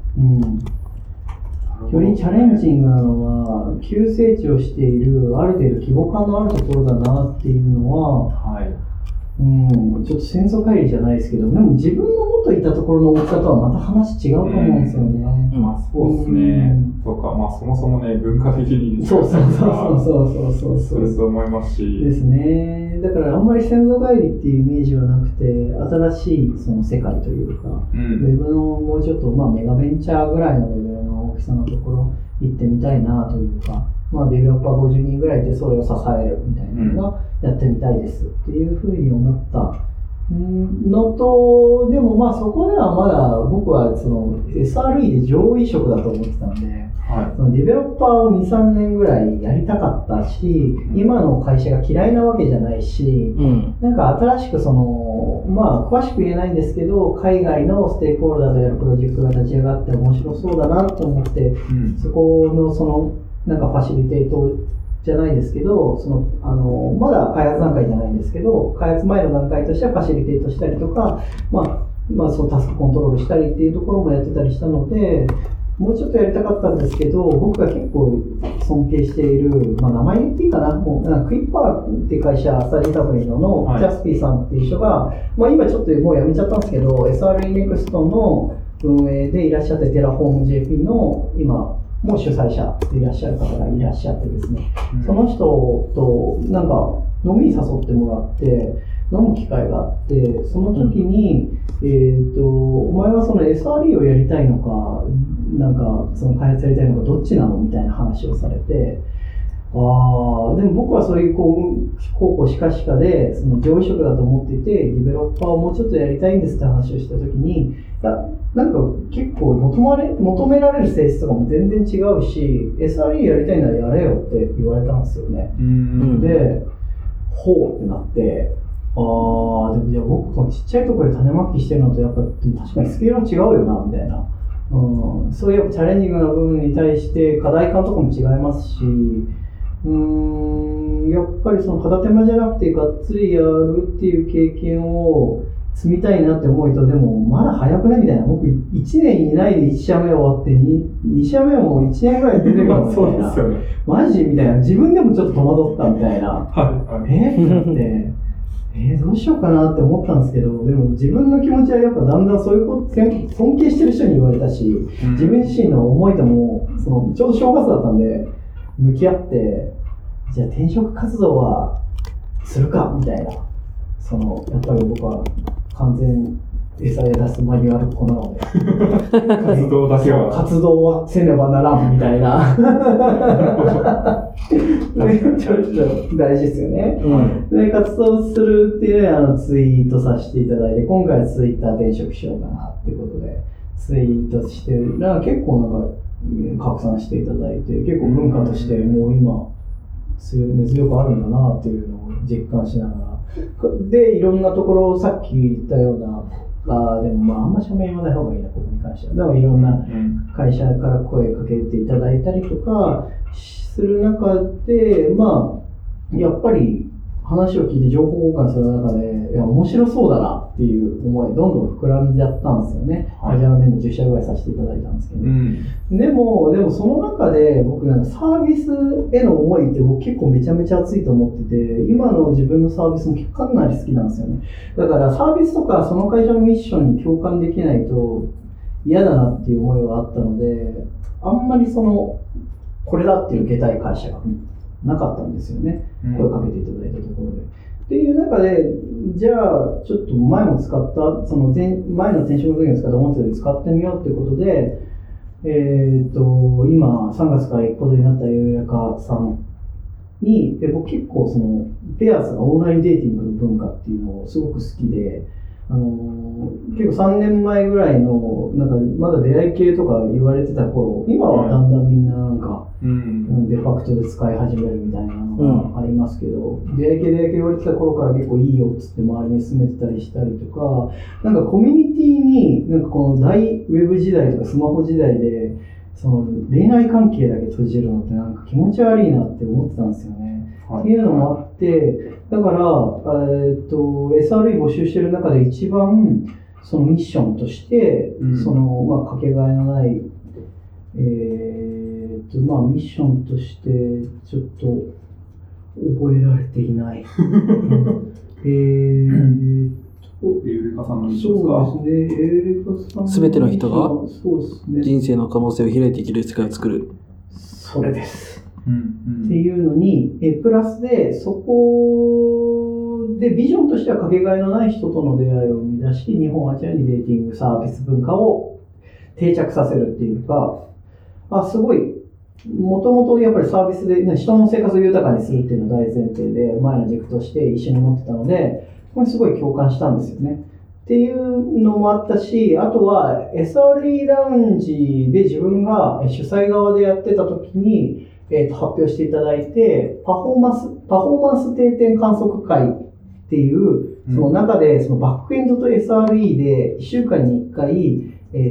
よりチャレンジングなのは、急成長しているある程度規模感のあるところだなっていうのは、ちょっと戦争帰りじゃないですけど、でも自分の元いたところの大きさとはまた話違うと思うんですよね。 まあそうですね。そうか、まあそもそもね、文化的にそうすると思いますし。 ですね。だからあんまり先祖返りっていうイメージはなくて、新しいその世界というか、ウェブのもうちょっとまあメガベンチャーぐらいのレベルの大きさのところ行ってみたいなというか、まあデベロッパー50人ぐらいでそれを支えるみたいなのがやってみたいですっていうふうに思ったのと、でもまあそこではまだ僕はその SRE で上位職だと思ってたんで、そのデベロッパーを 2,3 年ぐらいやりたかったし、今の会社が嫌いなわけじゃないし、なんか新しくその、まあ詳しく言えないんですけど、海外のステークホルダーとやるプロジェクトが立ち上がって面白そうだなと思って、そこのそのなんかファシリテートじゃないですけど、そのまだ開発段階じゃないんですけど、開発前の段階としてはファシリテートしたりとか、まあそのタスクコントロールしたりっていうところもやってたりしたので、もうちょっとやりたかったんですけど、僕が結構尊敬している、まあ名前言っていいかな、もうクイッパーっていう会社、スタジータブリノのジャスピーさんっていう人が、まあ今ちょっともう辞めちゃったんですけど、SRE Next の運営でいらっしゃって、テラフォーム JP の今、もう主催者でいらっしゃる方がいらっしゃってですね、その人となんか飲みに誘ってもらって飲む機会があって、その時に、お前はその SRE をやりたいのか、なんかその開発やりたいのかどっちなのみたいな話をされて、でも僕はそういうこうしかしかでその上位職だと思っていて、ディベロッパーをもうちょっとやりたいんですって話をした時に、なんか結構求められる性質とかも全然違うし、 SRE やりたいならやれよって言われたんですよね。で、ほうってなって、でもじゃあ僕このちっちゃいところで種まきしてるのとやっぱ確かにスケールは違うよなみたいな、そういうやっぱチャレンジングな部分に対して課題感とかも違いますし、やっぱりその片手間じゃなくてがっつりやるっていう経験を積みたいなって思うと、でもまだ早くねみたいな、僕1年以内で1社目終わって 2社目も1年ぐらい出てくるみたいなそうですよね、マジみたいな、自分でもちょっと戸惑ったみたいなってなってどうしようかなって思ったんですけど、でも自分の気持ちはやっぱだんだんそういうこと尊敬してる人に言われたし、自分自身の思いともそのちょうど正月だったんで向き合って、じゃあ転職活動はするかみたいな、そのやっぱり僕は完全餌で出すマニュアルっ子なので活動はせねばならんみたいなちょっと大事ですよね、で活動するっていうツイートさせていただいて、今回はツイッター転職しようかなっていうことでツイートして結構なんか拡散していただいて、結構文化としてもう今根強くあるんだなっていうのを実感しながら、でいろんなところ、さっき言ったようなでもあんま社名言わない方がいいな、ここに関しては。でもいろんな会社から声かけていただいたりとかする中で、やっぱり話を聞いて情報交換する中で、面白そうだなっていう思いどんどん膨らんじゃったんですよね。アジアの面で10社ぐらいさせていただいたんですけど、でもその中で僕なんかサービスへの思いって僕結構めちゃめちゃ熱いと思ってて、今の自分のサービスもかなり好きなんですよね。だからサービスとかその会社のミッションに共感できないと嫌だなっていう思いはあったので、あんまりこれだって受けたい会社がなかったんですよね。声かけていただいたところで。っていう中で、じゃあ、ちょっと前も使った、前の転職の時に使った音声で使ってみようということで、今、3月から行くことになったエウレカさんに、僕結構ペアーズがオンラインデーティングの文化っていうのをすごく好きで、結構3年前ぐらいの、なんかまだ出会い系とか言われてた頃、今はだんだんみんななんか、デファクトで使い始めるみたいなのがありますけど、出会い系言われてた頃から結構いいよっつって周りに勧めてたりしたりとか、なんかコミュニティに、なんかこの大ウェブ時代とかスマホ時代で、恋愛関係だけ閉じるのってなんか気持ち悪いなって思ってたんですよね。っていうのもあって、だから、SRE 募集してる中で一番、ミッションとして、かけがえのない、ミッションとして、ちょっと、覚えられていない。 エウレカさんのミッションですか？ そうですね、エウレカさん。 すべての人がそうですね、 人生の可能性を開いていける世界を作る。 それです。っていうのに、プラスで、そこでビジョンとしてはかけがえのない人との出会いを生み出し、日本アジアにデーティングサービス文化を定着させるっていうか、すごい、もともとやっぱりサービスで、人の生活を豊かにするっていうのが大前提で、前の軸として一緒に持ってたので、これすごい共感したんですよね。っていうのもあったし、あとは SRE ラウンジで自分が主催側でやってた時に、発表していただいて、パフォーマンス定点観測会っていう、その中で、バックエンドと SRE で1週間に1回、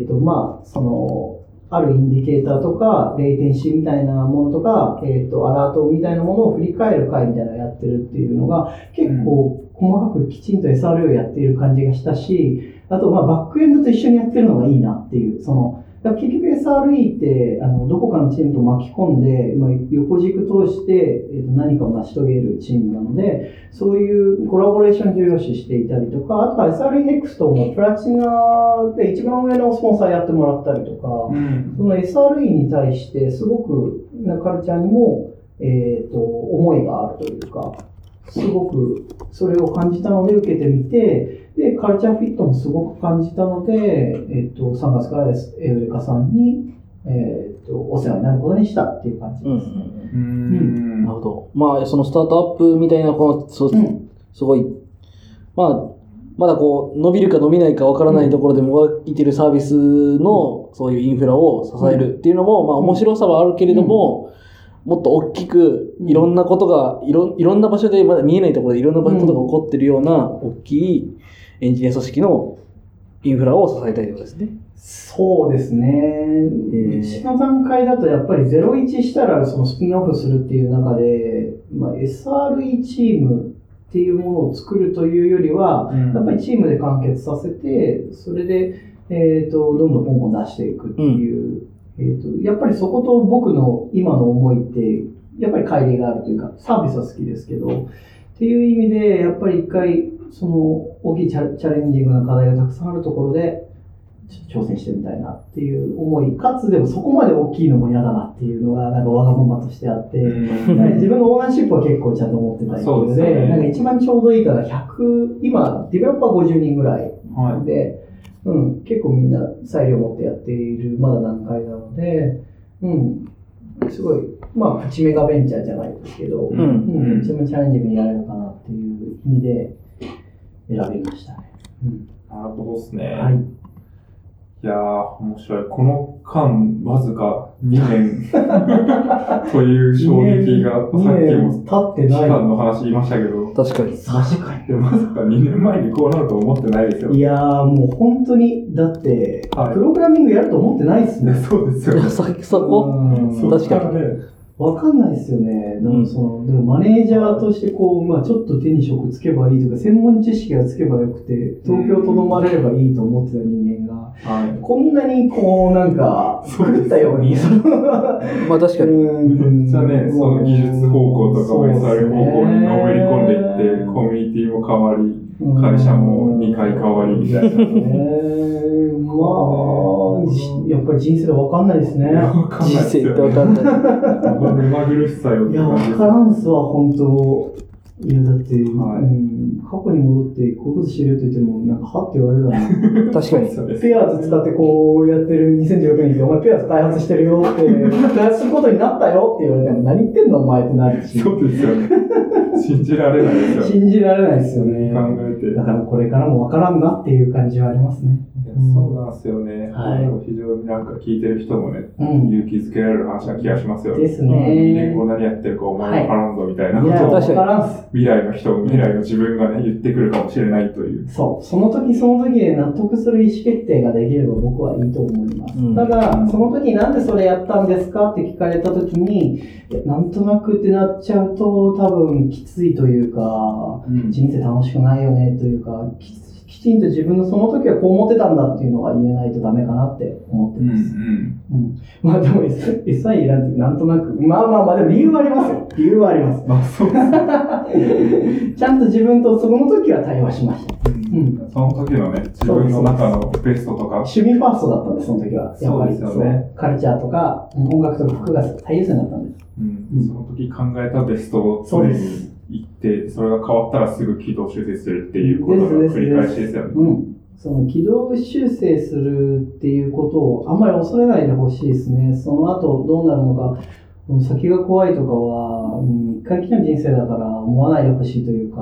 あるインディケーターとか、レイテンシーみたいなものとか、アラートみたいなものを振り返る会みたいなのをやってるっていうのが、結構細かくきちんと SRE をやっている感じがしたし、あと、バックエンドと一緒にやってるのがいいなっていう、結局 SRE って、どこかのチームと巻き込んで、横軸通して、何かを成し遂げるチームなので、そういうコラボレーション重要視していたりとか、あとは SRE Next もプラチナで一番上のスポンサーやってもらったりとか、その SRE に対してすごくカルチャーにも、思いがあるというか、すごくそれを感じたので受けてみて、で、カルチャーフィットもすごく感じたので、3月からエウレカさんに、お世話になることにしたっていう感じですね。 なるほど。そのスタートアップみたいな、すごい、まだ伸びるか伸びないかわからないところでもがいてるサービスの、そういうインフラを支えるっていうのも、面白さはあるけれども、もっと大きく、いろんなことが、いろんな場所でまだ見えないところでいろんなことが起こってるような、大きいエンジニア組織のインフラを支えたいということですね。 そうですね。うちの段階だとやっぱり01したらスピンオフするっていう中で、SRE チームっていうものを作るというよりは、やっぱりチームで完結させて、それで、どんどんポンポン出していくっていう、やっぱりそこと僕の今の思いって、やっぱり乖離があるというか、サービスは好きですけど、っていう意味で、やっぱり一回、大きいチャレンジングな課題がたくさんあるところで、ちょっと挑戦してみたいなっていう思い、かつでもそこまで大きいのも嫌だなっていうのが、なんかわがままとしてあって、自分のオーナーシップは結構ちゃんと持ってたりするので、なんか一番ちょうどいいから今、ディベロッパー50人ぐらいで、結構みんな裁量持ってやっている、まだ段階なので、すごい、プチメガベンチャーじゃないですけど、一番チャレンジングにやれるかなっていう意味で選びましたね。 なるほどですね。 はい。 いやー、面白い。この間、わずか2年という衝撃が、さっきも期間の話言いましたけど。 確かに。 でまさか2年前にこうなると思ってないですよ。 いやー、もう本当に、だって、プログラミングやると思ってないですね。 そうですよね。 そこ確かに。 わかんないですよね。でもマネージャーとしてちょっと手に職つけばいいとか、専門知識がつけばよくて、東京とどまれればいいと思ってた人間が、こんなになんか、狂ったように、 確かに。 めっちゃね、その技術方向とか SR 方向にのめり込んでいって、コミュニティも変わり、会社も2回変わりみたいな。 やっぱり人生で分かんないですね。 人生って分かんない。 目まぐるしさよ。 いや、分からんすわ、本当。いや、だって、過去に戻ってこういうこと知るよって言っても、なんか、はって言われるだろう。 確かに。 ペアーズ使ってこうやってる2016年に、お前ペアーズ開発してるよって、開発することになったよって言われても、何言ってんのお前ってなるし。 そうですよね。信じられないですよね。 信じられないですよね。 考えて。 だからこれからもわからんなっていう感じはありますね。 そうなんですよね。非常になんか聞いてる人もね、勇気づけられる話な気がしますよね。 ですね。 2年後何やってるかお前わからんぞみたいなことを、未来の人、未来の自分がね、言ってくるかもしれないという。 そう。その時その時で納得する意思決定ができれば僕はいいと思います。ただ、その時なんでそれやったんですかって聞かれた時に、なんとなくってなっちゃうと多分きついというか、人生楽しくないよねというか、きちんと自分のその時はこう思ってたんだっていうのが言えないとダメかなって思ってます。まあでも SI 選んでなんとなく、まあでも理由はありますよ。理由はあります。 まあそうですちゃんと自分とその時は対話しました。 その時のね、自分の中のベストとか。 趣味ファーストだったんです、その時は。やっぱりそうですよね。 カルチャーとか音楽とか服が最優先だったんです。 その時考えたベストを常に言って、それが変わったらすぐ軌道修正するっていうことの繰り返しですよね。 その軌道修正するっていうことをあんまり恐れないでほしいですね。その後どうなるのか、先が怖いとかは、一回きりの人生だから思わないでほしいというか、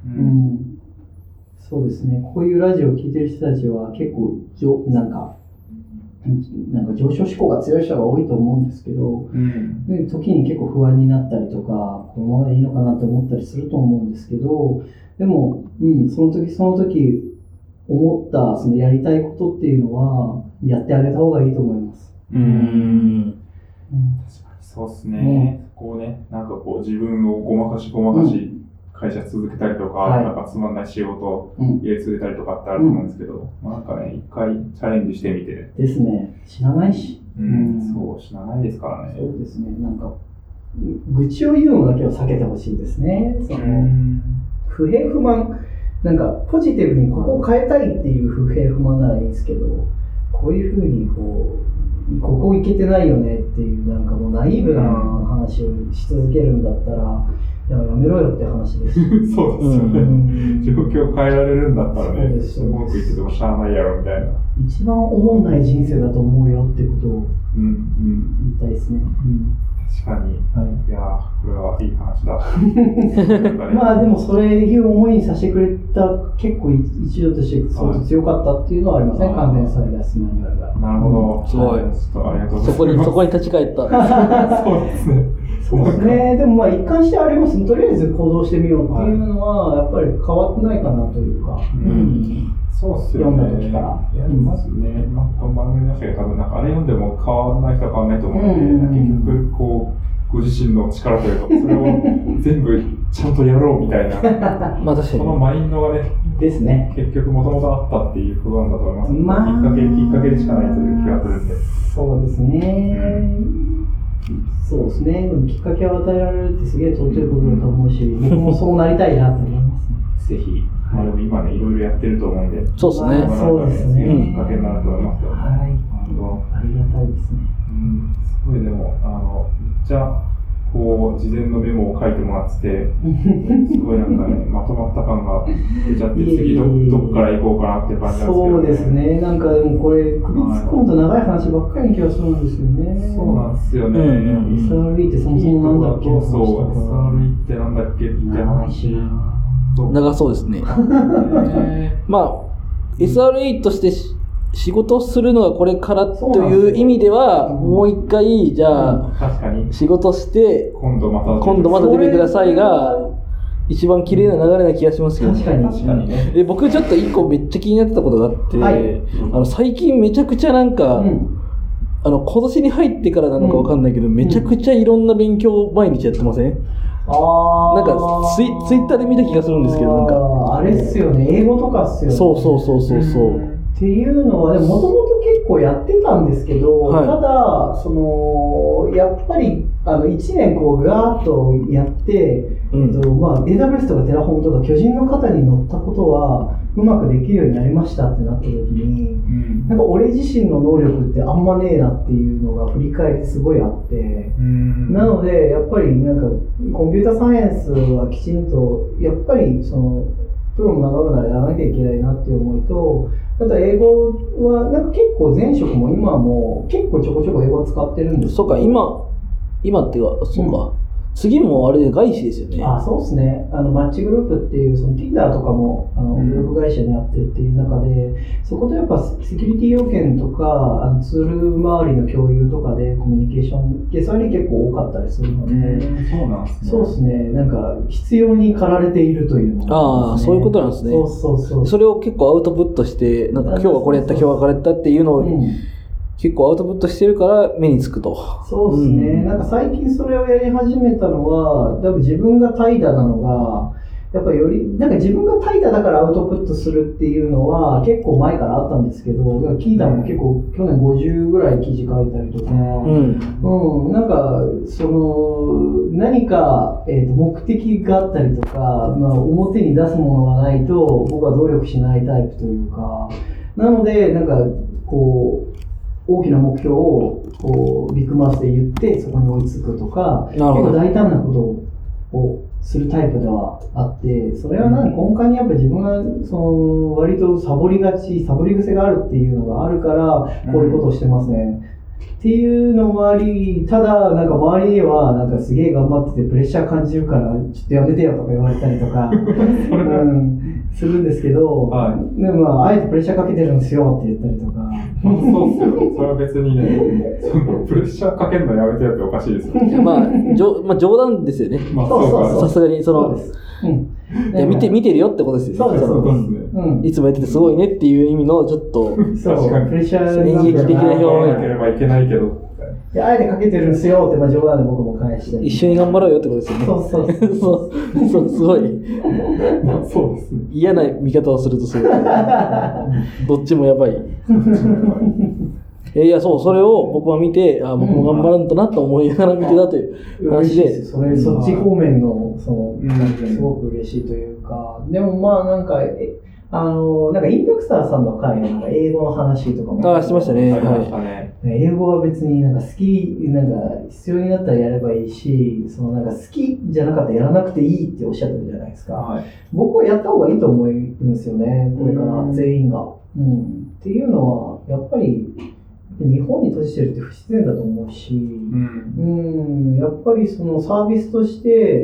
そうですね。こういうラジオを聞いてる人たちは結構なんか上昇志向が強い人が多いと思うんですけど、時に結構不安になったりとか、このままでいいのかなって思ったりすると思うんですけど、でも、その時その時思ったそのやりたいことっていうのはやってあげた方がいいと思います。 確かにそうですね。こうね、なんかこう自分をごまかし会社続けたりとか、なんかつまんない仕事をやり続けたりとかってあると思うんですけど、なんかね、一回チャレンジしてみて。 ですね。死なないし。 そう、死なないですからね。 そうですね。なんか、愚痴を言うのだけは避けてほしいですね。不平不満、なんかポジティブにここを変えたいっていう不平不満ならいいですけど、こういうふうにここいけてないよねっていうなんかもうナイーブな話をし続けるんだったら、やめろよって話です。 そうですよね。状況を変えられるんだったらね、文句言っててもしゃあないやろみたいな。 一番思んない人生だと思うよってことを言いたいですね。 確かに。いやー、これはいい話だ。 まあでもそういう思いにさせてくれた結構一度として相当強かったっていうのはありますね、関連されたスマニュアルが。 なるほど。 すごい。 ちょっとありがとうございます。 そこに立ち返った。 そうですね。 そうですね。でもまあ一貫してありますね。とりあえず行動してみようっていうのはやっぱり変わってないかなというか。 そうっすよね。 読んだ時から。 まずね、この番組の人が多分なんかあれ読んでも変わらない人は変わらないと思うので、結局こうご自身の力というか、それを全部ちゃんとやろうみたいな。 まあ確かに。 このマインドがね、 ですね。 結局もともとあったっていうことなんだと思います。きっかけでしかないという気がするんで。 そうですね。そうですね。でもきっかけを与えられるってすげえ尊いことだと思うし、僕もそうなりたいなと思いますね。ぜひ。まあでも今ね、いろいろやってると思うんで。 そうですね。 そうですね。 きっかけになると思いますよ。 はい。ありがたいですね。 すごいでも、じゃあ、こう、事前のメモを書いてもらってて、すごいなんかね、まとまった感が出ちゃって、次どこから行こうかなっていう感じなんですけど、ね。 そうですね。なんかでもこれ、首突っ込むと長い話ばっかりに気がするんですよね。 そうなんですよね。 SRE ってそもそもなんだっけ？ そう、SRE ってなんだっけって話。 長そうですね。まあ、SRE として仕事するのがこれからという意味では、もう一回、じゃあ、仕事して、今度また出てくださいが、一番綺麗な流れな気がしますけど、 確かにね。僕ちょっと一個めっちゃ気になってたことがあって、最近めちゃくちゃなんか、今年に入ってからなのかわかんないけど、めちゃくちゃいろんな勉強毎日やってません？なんかツイッターで見た気がするんですけど、なんかあれっすよね、英語とかっすよね。 そう。 っていうのは、でももともと結構やってたんですけど、はい、ただ、やっぱり、1年こうガーッとやって、AWS とかテラフォームとか巨人の肩に乗ったことは、うまくできるようになりましたってなった時に、なんか俺自身の能力ってあんまねえなっていうのが振り返りすごいあって、なので、やっぱりなんか、コンピュータサイエンスはきちんと、やっぱりプロの名乗るならやらなきゃいけないなっていう思いと、あと英語はなんか結構前職も今も結構ちょこちょこ英語を使ってるんですけど。 そうか、今っていうか、そうか。次もあれで外資ですよね。 そうですね。マッチグループっていう、Tinder とかも、グループ会社にやってるっていう中で、そことやっぱセキュリティ要件とか、ツール周りの共有とかでコミュニケーション、それに結構多かったりするので、 そうなんですね。 そうですね。なんか、必要に駆られているというのが、そういうことなんですね。 そう。 それを結構アウトプットして、なんか今日はこれやった、今日はこれやったっていうのを、結構アウトプットしてるから目につくと。 そうですね。なんか最近それをやり始めたのは、多分自分が怠惰なのが、やっぱりより、なんか自分が怠惰だからアウトプットするっていうのは結構前からあったんですけど、キータも結構去年50ぐらい記事書いたりとか、なんか、何か、目的があったりとか、表に出すものがないと僕は努力しないタイプというか、なので、なんか、大きな目標をビッグマウスで言ってそこに追いつくとか、結構大胆なことをするタイプではあって、それは根幹にやっぱり自分が割とサボり癖があるっていうのがあるからこういうことをしてますね。っていうのもあり、ただなんか周りにはなんかすげえ頑張っててプレッシャー感じるからちょっとやめてよとか言われたりとか、するんですけど、でもあえてプレッシャーかけてるんですよって言ったりとか。 そうっすよ。それは別にね、プレッシャーかけるのやめてよっておかしいですよね。 冗談ですよね。さすがにそうです。いや見てるよってことですよね。そうですね。いつもやっててすごいねっていう意味のちょっとプレッシャー演劇的な表現。 なければいけないけど。 あえてかけてるんですよって冗談で僕も返して。 一緒に頑張ろうよってことですよね。そうすごい。 そうですね。 嫌な見方をするとする。どっちもやばい。いや、それを僕は見て、僕も頑張らんとなと思いながら見てたという話で。 そっち方面の、すごく嬉しいというか、でもなんかインパクターさんの回なんか英語の話とかも。 してましたね。 英語は別になんか必要になったらやればいいし、なんか好きじゃなかったらやらなくていいっておっしゃってるじゃないですか。僕はやった方がいいと思うんですよね、これから全員が。っていうのは、やっぱり、日本に閉じてるって不自然だと思うし、やっぱりサービスとして、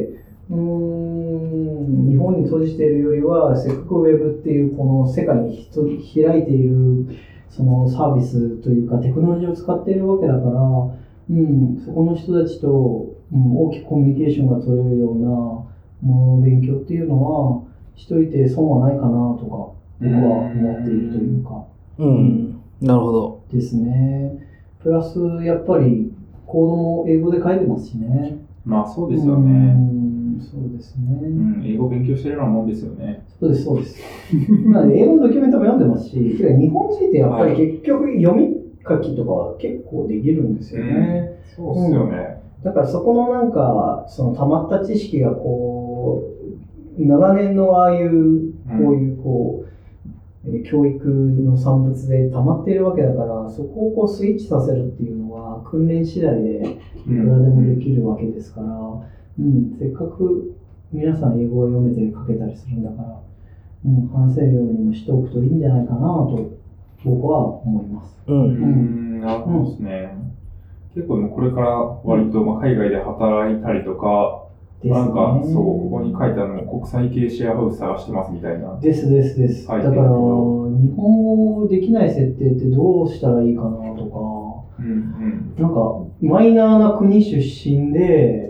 日本に閉じているよりは、せっかくウェブっていうこの世界に開いているサービスというかテクノロジーを使っているわけだから、そこの人たちと、大きくコミュニケーションが取れるようなものの勉強っていうのはしといて損はないかなとか僕は思っているというか。 なるほど。 ですね。プラスやっぱりコードも英語で書いてますしね。 そうですよね。 そうですね。 英語勉強してるようなもんですよね。 そうです。英語のドキュメントも読んでますし、日本人ってやっぱり結局読み書きとかは結構できるんですよね。 そうですよね。 だからそこのなんか、溜まった知識が長年のああいう、教育の産物で溜まっているわけだから、そこをスイッチさせるっていうのは訓練次第でいくらでもできるわけですから、せっかく皆さん英語を読めて書けたりするんだから、話せるようにもしておくといいんじゃないかなと僕は思います。 なるほどですね。結構これから割と海外で働いたりとか、なんかここに書いてあるの国際系シェアハウス探してますみたいな。 です。だから日本語できない設定ってどうしたらいいかなとか、なんかマイナーな国出身で、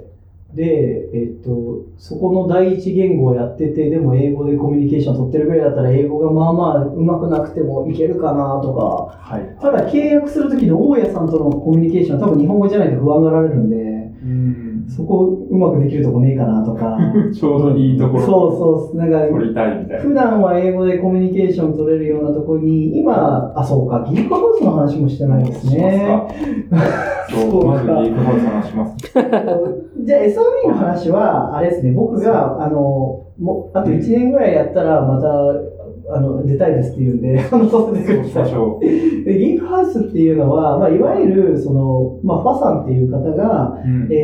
そこの第一言語をやってて、でも英語でコミュニケーション取ってるぐらいだったら英語が上手くなくてもいけるかなとか、ただ契約するときの大家さんとのコミュニケーションは多分日本語じゃないと不安がられるんで、 そこうまくできるとこねえかなとか。 ちょうどいいところ。 そう。なんか、 取りたいみたいな。 普段は英語でコミュニケーション取れるようなところに、今、そうか、ギークハウスの話もしてないですね。 そう、まずギークハウスの話します。 じゃあ SRE の話は、あれですね、僕が、あと1年ぐらいやったら、また、出たいですって言うんで、そうしましょう。で、ギークハウスっていうのは、いわゆる、ファさんっていう方が、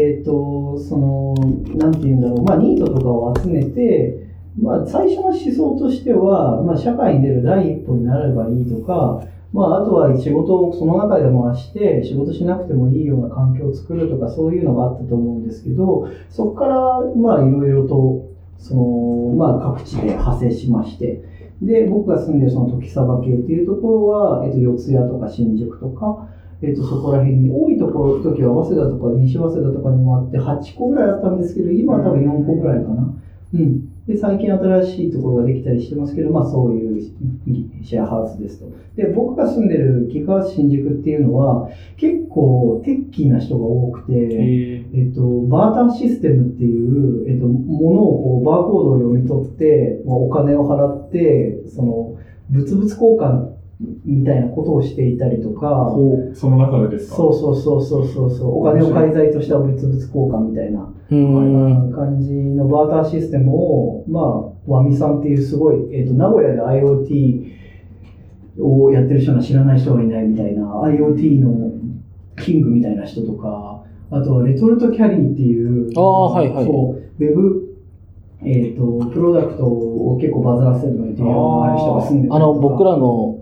なんて言うんだろう、ニートとかを集めて、最初の思想としては、社会に出る第一歩になればいいとか、あとは仕事をその中で回して、仕事しなくてもいいような環境を作るとか、そういうのがあったと思うんですけど、そこから、いろいろと、各地で派生しまして、で、僕が住んでるその時鯖系っていうところは、四谷とか新宿とか、そこら辺に多いところ、時は早稲田とか西早稲田とかにもあって8個ぐらいあったんですけど、今は多分4個ぐらいかな。で、最近新しいところができたりしてますけど、そういうシェアハウスですと。で、僕が住んでるギガハウス新宿っていうのは、結構テッキーな人が多くて、バーターシステムっていう、ものをバーコードを読み取って、お金を払って、物々交換みたいなことをしていたりとか、 その中でですか？ そう。お金を介在とした物々交換みたいな感じのバーターシステムを、ワミさんっていうすごい、名古屋で IoT をやってる人は知らない人がいないみたいな、IoT のキングみたいな人とか、あとはレトルトキャリーっていう、ウェブ、プロダクトを結構バズらせるのに提案がある人が住んでるとか。 僕らの、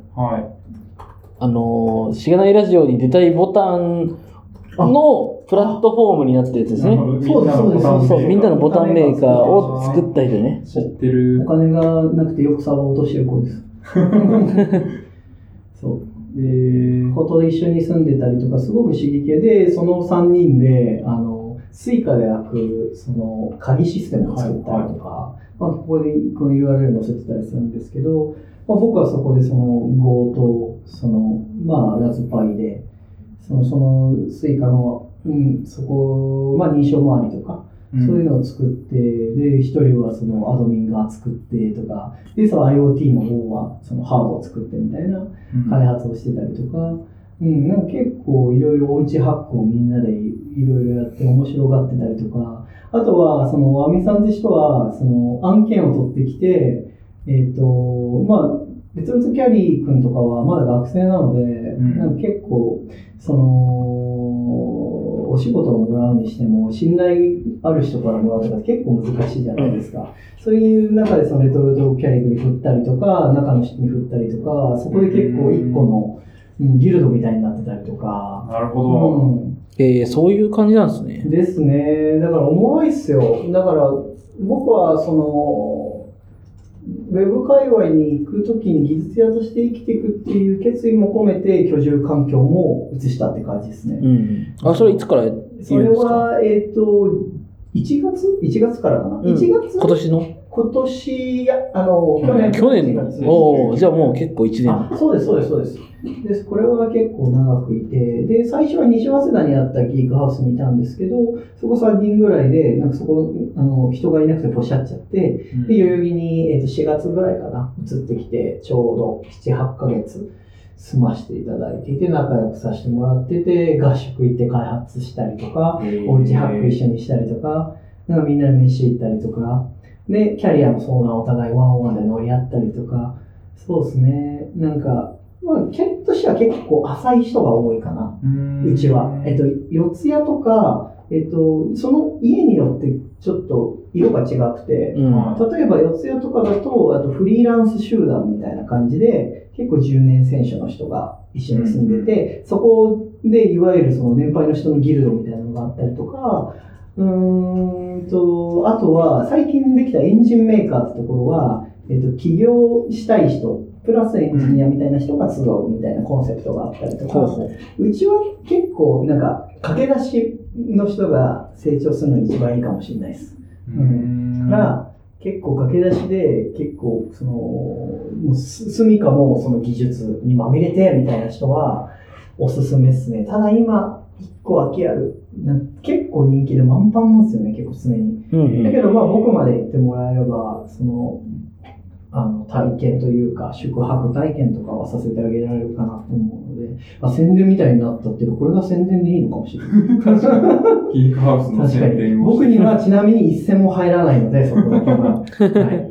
しがないラジオに出たいボタンのプラットフォームになったやつですね。そう、みんなのボタンメーカーを作った人ね。 知ってる。 お金がなくてよくサバを落としてる子です。そう。ことで一緒に住んでたりとか、すごく刺激で、その3人で、スイカで開く、鍵システムを作ったりとか、ここでこの URL 載せてたりするんですけど、僕はそこでGo と、ラズパイで、そのスイカの、そこ、認証周りとか、そういうのを作って、で、一人はアドミンが作ってとか、で、IoT の方はハードを作ってみたいな開発をしてたりとか、なんか結構いろいろおうちハックをみんなでいろいろやって面白がってたりとか、あとは、ワミさんって人は、案件を取ってきて、レトルトキャリー君とかはまだ学生なので、なんか結構、お仕事をもらうにしても、信頼ある人からもらうとか結構難しいじゃないですか。そういう中でレトルトキャリー君に振ったりとか、中の人に振ったりとか、そこで結構一個のギルドみたいになってたりとか。 なるほど。 そういう感じなんですね。 ですね。だからおもろいっすよ。だから僕はウェブ界隈に行くときに技術屋として生きていくっていう決意も込めて居住環境も移したって感じですね。 それいつからやるんですか？ それは、1月からかな。1月今年の去年の。じゃあもう結構1年。 そうです。で、これは結構長くいて、で、最初は西早稲田にあったギークハウスにいたんですけど、そこ3人ぐらいで、なんかそこ、人がいなくてポシャっちゃって、で、代々木に、4月ぐらいかな、移ってきて、ちょうど7、8ヶ月住ましていただいていて、仲良くさせてもらってて、合宿行って開発したりとか、おうちハック一緒にしたりとか、なんかみんなで飯行ったりとか、で、キャリアの相談をお互いワンオンワンで乗り合ったりとか、そうですね、なんか、キャリアとしては結構浅い人が多いかな。うちは。四谷とか、その家によってちょっと色が違くて、例えば四谷とかだと、あとフリーランス集団みたいな感じで、結構10年選手の人が一緒に住んでて、そこでいわゆるその年配の人のギルドみたいなのがあったりとか、あとは最近できたエンジンメーカーってところは、起業したい人、プラスエンジニアみたいな人が集うみたいなコンセプトがあったりとか、うちは結構なんか駆け出しの人が成長するのに一番いいかもしれないです。だから結構駆け出しで結構もう住処もその技術にまみれてみたいな人はおすすめですね。ただ今一個空きある結構人気で満帆なんですよね、結構常に。だけど、僕まで行ってもらえれば、体験というか、宿泊体験とかはさせてあげられるかなと思うので、宣伝みたいになったっていうか、これが宣伝でいいのかもしれない。 ギークハウスの宣伝を。 僕にはちなみに一銭も入らないので、そこだけは。はい。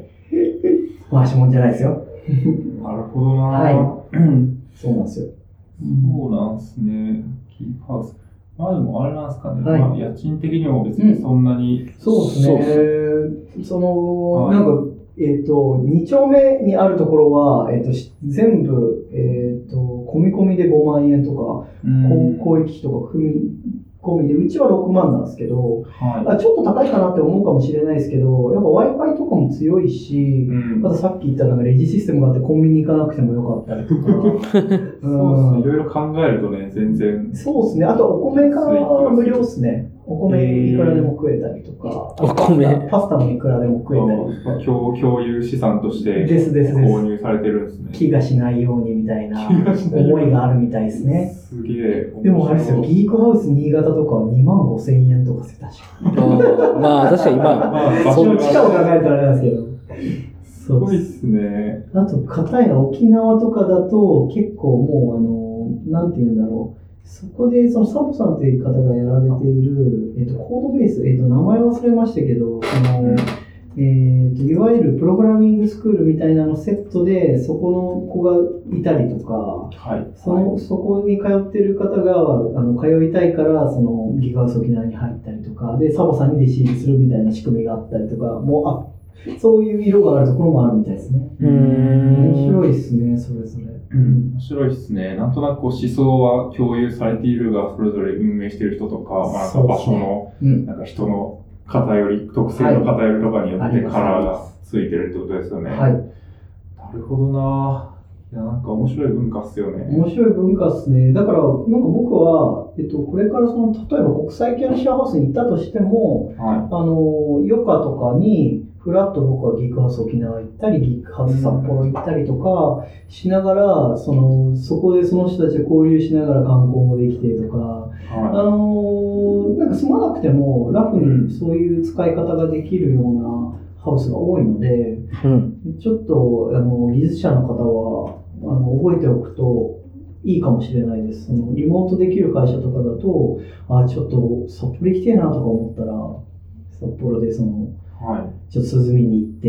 回しもんじゃないですよ。 なるほどな。 はい。そうなんですよ。 そうなんですね。ギークハウス。でもあれなんですかね。家賃的にも別にそんなに。 そうですね。なんか、2丁目にあるところは、全部、込み込みで5万円とか、交易費とか組み込みで、うちは6万なんですけど、ちょっと高いかなって思うかもしれないですけど、やっぱ Wi-Fi とかも強いし、またさっき言ったレジシステムがあってコンビニ行かなくてもよかったりとか。 そうですね。いろいろ考えるとね、全然。 そうですね。あとお米が無料ですね。お米いくらでも食えたりとか、 お米パスタもいくらでも食えたり。 共有資産として購入されてるんですね。 気がしないようにみたいな思いがあるみたいですね。 すげえ。 でもあれですよ、ギークハウス新潟とかは2万5千円とかしてたし。 確かにそっちかを考えたらあれなんですけど。 すごいっすね。 あと、片や沖縄とかだと結構もうなんて言うんだろう。そこで、サボさんという方がやられている、コードベース、名前忘れましたけど、いわゆるプログラミングスクールみたいなのセットで、そこの子がいたりとか、そこに通っている方が、通いたいから、ギガハウス沖縄に入ったりとか、で、サボさんに弟子入りするみたいな仕組みがあったりとか、そういう色があるところもあるみたいですね。面白いですね、それぞれ。 面白いですね。なんとなく思想は共有されているが、それぞれ運営している人とか、場所の、人の偏り、特性の偏りとかによってカラーがついてるってことですよね。 はい。 なるほどな。いや、なんか面白い文化っすよね。 面白い文化っすね。だから、なんか僕は、これから例えば国際系のシェアハウスに行ったとしても、余暇とかに、フラッと僕はギークハウス沖縄行ったり、ギークハウス札幌行ったりとかしながら、そこでその人たちと交流しながら観光もできてとか、なんか住まなくてもラフにそういう使い方ができるようなハウスが多いので、ちょっと技術者の方は覚えておくといいかもしれないです。リモートできる会社とかだと、ちょっと札幌行きたいなとか思ったら、札幌でちょっと涼みに行って、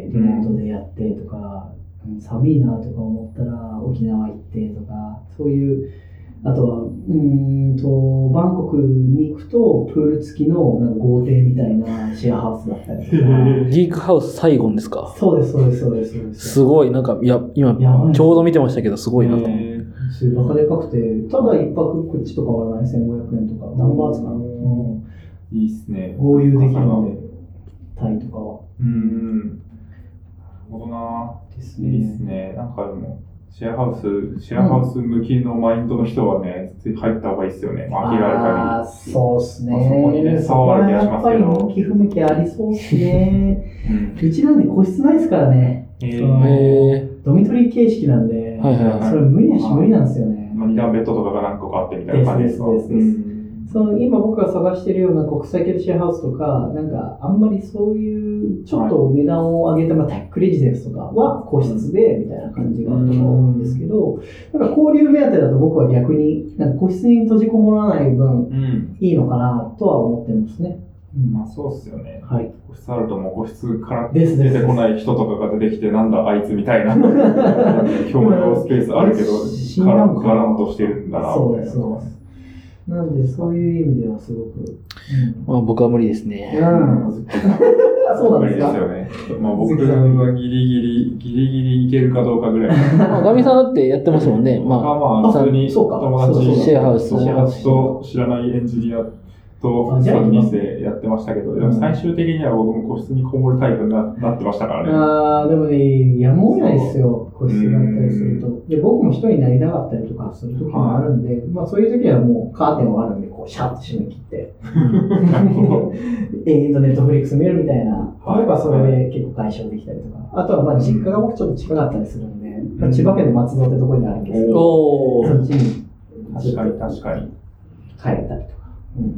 リモートでやってとか、寒いなとか思ったら沖縄行ってとか、そういう、あとは、バンコクに行くと、プール付きのなんか豪邸みたいなシェアハウスだったりとか。 ギークハウスサイゴンですか？ そうです、そうです、そうです。 すごい、なんか、今、ちょうど見てましたけど、すごいなと思って。 バカでかくて、ただ一泊こっちと変わらない1500円とか、ナンバーツかな。 いいっすね。 合流できるので。タイとかは。 なるほどな。ですね。いいですね。なんかでも、シェアハウス向きのマインドの人はね、入った方がいいですよね。空きがある限り。 そうですね。 そこにね、差はある気がしますけど。 やっぱり向き不向きありそうですね。うちなんで個室ないですからね。ドミトリー形式なんで、それ無理なんですよね。 2段ベッドとかが何個かあってみたいな感じですか？ 今僕が探しているような国際系シェアハウスとか、なんかあんまりそういうちょっと値段を上げた、テックレジデンスとかは個室でみたいな感じがあると思うんですけど、なんか交流目当てだと僕は逆になんか個室に閉じこもらない分いいのかなとは思ってますね。 そうっすよね。 はい。 個室あるともう個室から出てこない人とかが出てきて、なんだあいつみたいな共用スペースあるけど、ガランとしてるんだなと思います。 なんで、そういう意味ではすごく。 僕は無理ですね。 そうなんですか？ 無理ですよね。僕はギリギリいけるかどうかぐらい。 ガミさんだってやってますもんね。 普通に友達シェアハウスと知らないエンジニアと3人でやってましたけど、最終的には僕も個室にこもるタイプになってましたからね。 でもね、やむを得ないですよ、個室があったりすると。で、僕も一人になりたかったりとかする時もあるんで、そういう時はもうカーテンはあるんで、シャッと閉め切って、ネットフリックス見るみたいな、僕はそれで結構解消できたりとか。あとは実家が僕ちょっと近かったりするんで、千葉県の松戸ってところにあるんですけど、そっちに確かに帰ったりとか。 なるほ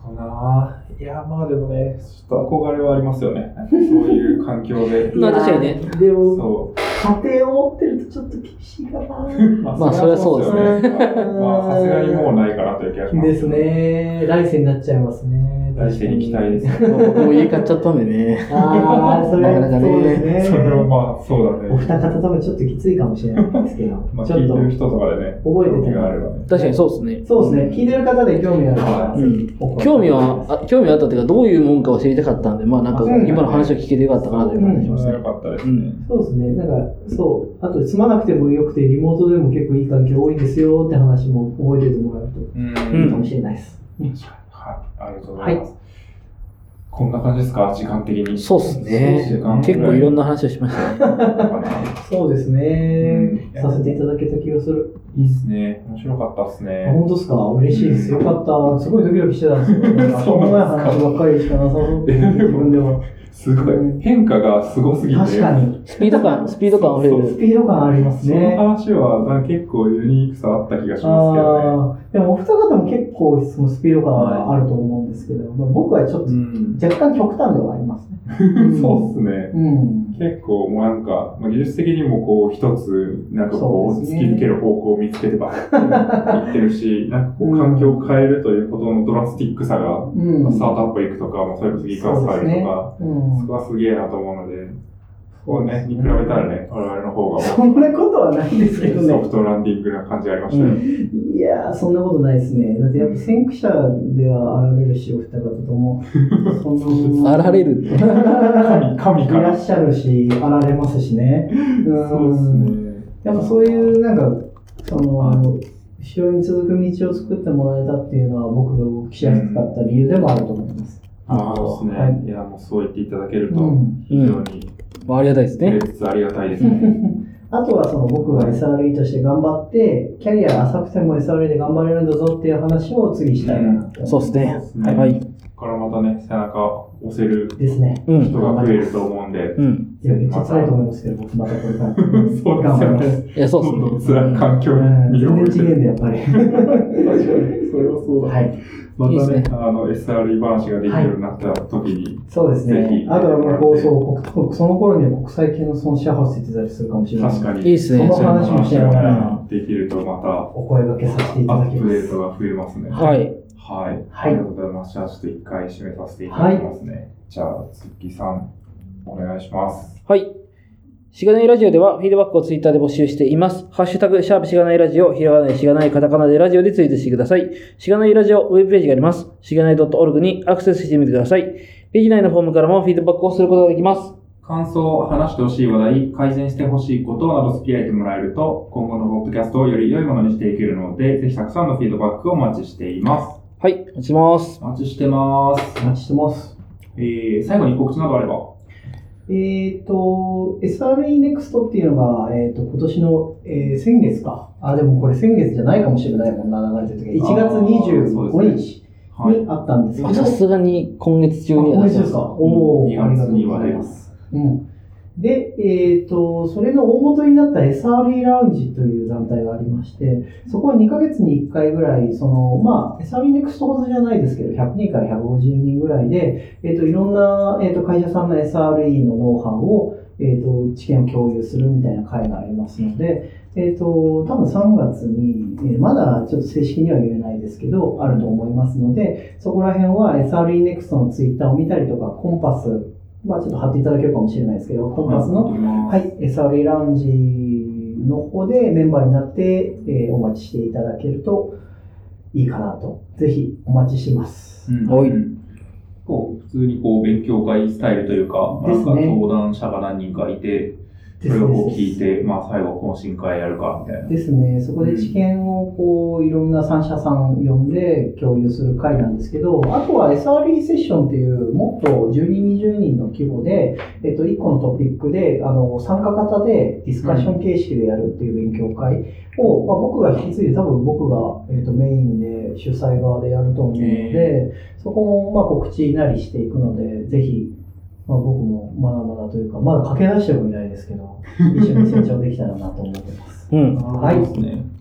どな。いや、まあでもね、ちょっと憧れはありますよね。そういう環境で。 まあ確かにね。 でも、家庭を持ってるとちょっと厳しいかな。 まあそれはそうですね。 まあさすがにもうないかなという気がします。 ですね。来世になっちゃいますね。 来世に期待ですね。 僕も家買っちゃったんでね。 ああ、それはそうですね。 それはまあそうだね。 お二方多分ちょっときついかもしれないですけど。 まあ聞いてる人とかでね、 覚えててがあればね。 確かにそうですね。 そうですね。聞いてる方で興味ある方、 興味あったっていうか、どういうもんかを知りたかったんで、まあなんか今の話を聞けてよかったかなという感じしますね。 よかったですね。 そうですね。なんか、そう。あと、住まなくてもよくて、リモートでも結構いい環境多いですよって話も覚えておいてもらうといいかもしれないです。 はい。ありがとうございます。こんな感じですか、時間的に。 そうですね。結構いろんな話をしましたね。 そうですね。させていただけた気がする。 いいですね。面白かったですね。 本当ですか？嬉しいです。よかった。すごいドキドキしてたんですけど、しょうもない話ばっかりしかなさそうって自分では。 すごい。変化がすごすぎて。 確かに。 スピード感あふれる。 スピード感ありますね。 その話は結構ユニークさあった気がしますけどね。 でもお二方も結構そのスピード感はあると思うんですけど、僕はちょっと若干極端ではありますね。 そうですね。結構もうなんか、技術的にもこう一つ、なんかこう突き抜ける方向を見つけてばって言ってるし、なんかこう環境を変えるということのドラスティックさが、スタートアップ行くとか、それこそギガスタイルとか、そこはすげえなと思うので、こうね、に比べたらね、我々の方が。 そんなことはないんですけどね。 ソフトランディングな感じありましたね。 いやー、そんなことないですね。だってやっぱ先駆者ではあられるし、お二方とも。 あられるって。 神から。 いらっしゃるし、あられますしね。 そうですね。 やっぱそういう、なんか、後ろに続く道を作ってもらえたっていうのは、僕が動きしやすかった理由でもあると思います。 そうですね。いや、もうそう言っていただけると、非常に。 ありがたいですね。 ありがたいですね。 あとは僕が SRE として頑張って、キャリアが浅くても SRE で頑張れるんだぞっていう話を次したいなと。 そうですね。はい。 ここからまたね、背中押せるですね。 人が増えると思うんで。 いや、めっちゃ辛いと思いますけど、僕またこれから。 そうですよね。 いや、そうですね。 辛い環境に全然違うんで、やっぱり。 確かに。それはそうだ。はい。またね、SRE 話ができるようになった時に。 そうですね。あとはもう、その頃には国際系のシェアハウス行ってたりするかもしれない。 確かに。 いいですね。 その話もしながら。 できるとまた、 お声掛けさせていただきます。 アップデートが増えますね。 はい。 はい。ありがとうございます。じゃあちょっと一回締めさせていただきますね。じゃあ、ツッキーさん、お願いします。 はい。しがないラジオではフィードバックをツイッターで募集しています。ハッシュタグ、シャープしがないラジオ、ひらがないしがないカタカナでラジオでツイートしてください。しがないラジオウェブページがあります。しがない .org にアクセスしてみてください。ページ内のフォームからもフィードバックをすることができます。 感想、話してほしい話題、改善してほしいことなどつぶやいてもらえると、今後のポッドキャストをより良いものにしていけるので、ぜひたくさんのフィードバックをお待ちしています。 はい、お待ちしてます。 お待ちしてます。 お待ちしてます。 最後に告知などあれば。 SRE Next っていうのが、今年の、先月か。でもこれ先月じゃないかもしれないもんな、流れてる時。1月25日にあったんですけど。 さすがに今月中には出します。今月ですか。おー、ありがとうございます。で、それの大元になった SRE ラウンジという団体がありまして、そこは2ヶ月に1回ぐらい、SRE Next ほどじゃないですけど、100人から150人ぐらいで、いろんな、会社さんの SRE のノウハウを、知見を共有するみたいな会がありますので、多分3月に、まだちょっと正式には言えないですけど、あると思いますので、そこら辺は SRE Next のツイッターを見たりとか、コンパス、ちょっと貼っていただけるかもしれないですけど、コンパスの、SRE ラウンジの方でメンバーになって、お待ちしていただけるといいかなと。ぜひお待ちしてます。 はい。普通に勉強会スタイルというか、なんか登壇者が何人かいて、それを聞いて、最後懇親会やるかみたいな。 ですね。そこで知見をいろんな参加者さん呼んで共有する会なんですけど、あとは SRE セッションっていうもっと10人、20人の規模で、1個のトピックで、参加型でディスカッション形式でやるっていう勉強会を、僕が引き継いで多分僕が、メインで主催側でやると思うので、そこも告知なりしていくので、ぜひ、僕もまだまだというか、まだ駆け出してもいないですけど、一緒に成長できたらなと思ってます。 はい。ですね。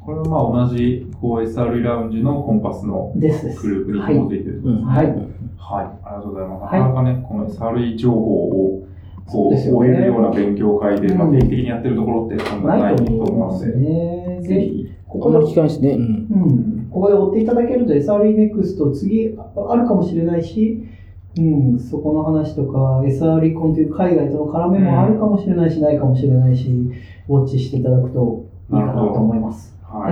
これはまあ同じSRE ラウンジのコンパスのグループに紐づいているということですね。はい。はい。ありがとうございます。なかなかね、この SRE 情報を追えるような勉強会で、定期的にやってるところってそんなないと思うので、ぜひ。 ここの機会ですね。 ここで追っていただけると SRE Next 次あるかもしれないし、そこの話とか SRE コンテンツ海外との絡めもあるかもしれないし、ないかもしれないし、ウォッチしていただくといいかなと思います。 はい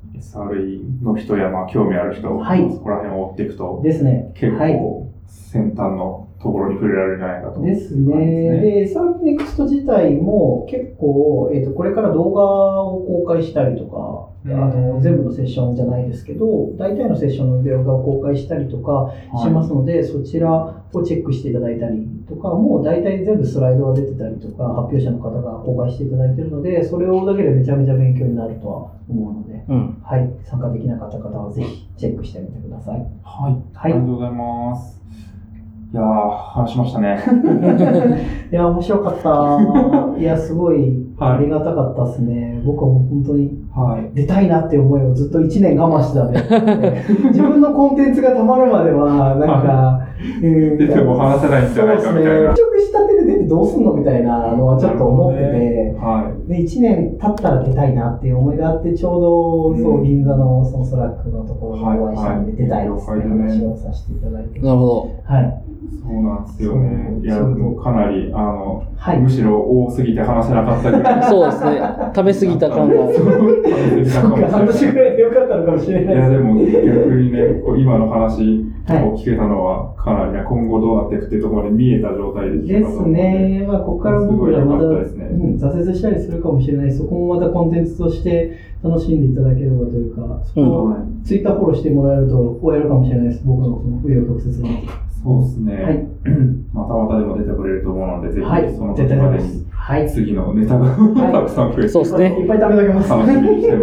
。SRE の人や興味ある人、そこら辺を追っていくと、 ですね。 結構先端のところに触れられるんじゃないかと。 ですね。で、SRE Next 自体も結構、これから動画を公開したりとか、全部のセッションじゃないですけど、大体のセッションの動画を公開したりとかしますので、そちらをチェックしていただいたりとか、もう大体全部スライドが出てたりとか、発表者の方が公開していただいているので、それを追うだけでめちゃめちゃ勉強になるとは思うので、はい、参加できなかった方はぜひチェックしてみてください。 はい。ありがとうございます。いやー、話しましたね。 いや、面白かった。いや、すごいありがたかったですね。僕はもう本当に出たいなっていう思いをずっと1年我慢してたんで、自分のコンテンツがたまるまでは、なんか、 出ても話せないんじゃないかみたいな。 就職したてで出てどうすんのみたいなのはちょっと思ってて、で、1年経ったら出たいなっていう思いがあって、ちょうど銀座のそのスラックのところにお会いしたんで出たいですね、話をさせていただいて。 なるほど。 はい。 そうなんですよね。いや、もうかなり、むしろ多すぎて話せなかったぐらい。 そうですね。食べ過ぎた感が。 半年ぐらいでよかったのかもしれないです。 いや、でも逆にね、今の話を聞けたのは、かなりね、今後どうなっていくっていうところまで見えた状態でですね。ここから僕らまだ挫折したりするかもしれない。そこもまたコンテンツとして楽しんでいただければというか、ツイッターフォローしてもらえると追えるかもしれないです。僕のその紆余曲折に。 そうですね。はい。またでも出てくれると思うので、ぜひその時までに次のネタがたくさん増えて、 そうですね。 いっぱい食べときます。 楽しみにしてます。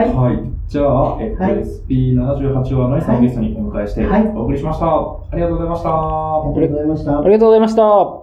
はい。じゃあ、SP78 話のイさんをゲストにお迎えしてお送りしました。ありがとうございました。 ありがとうございました。 ありがとうございました。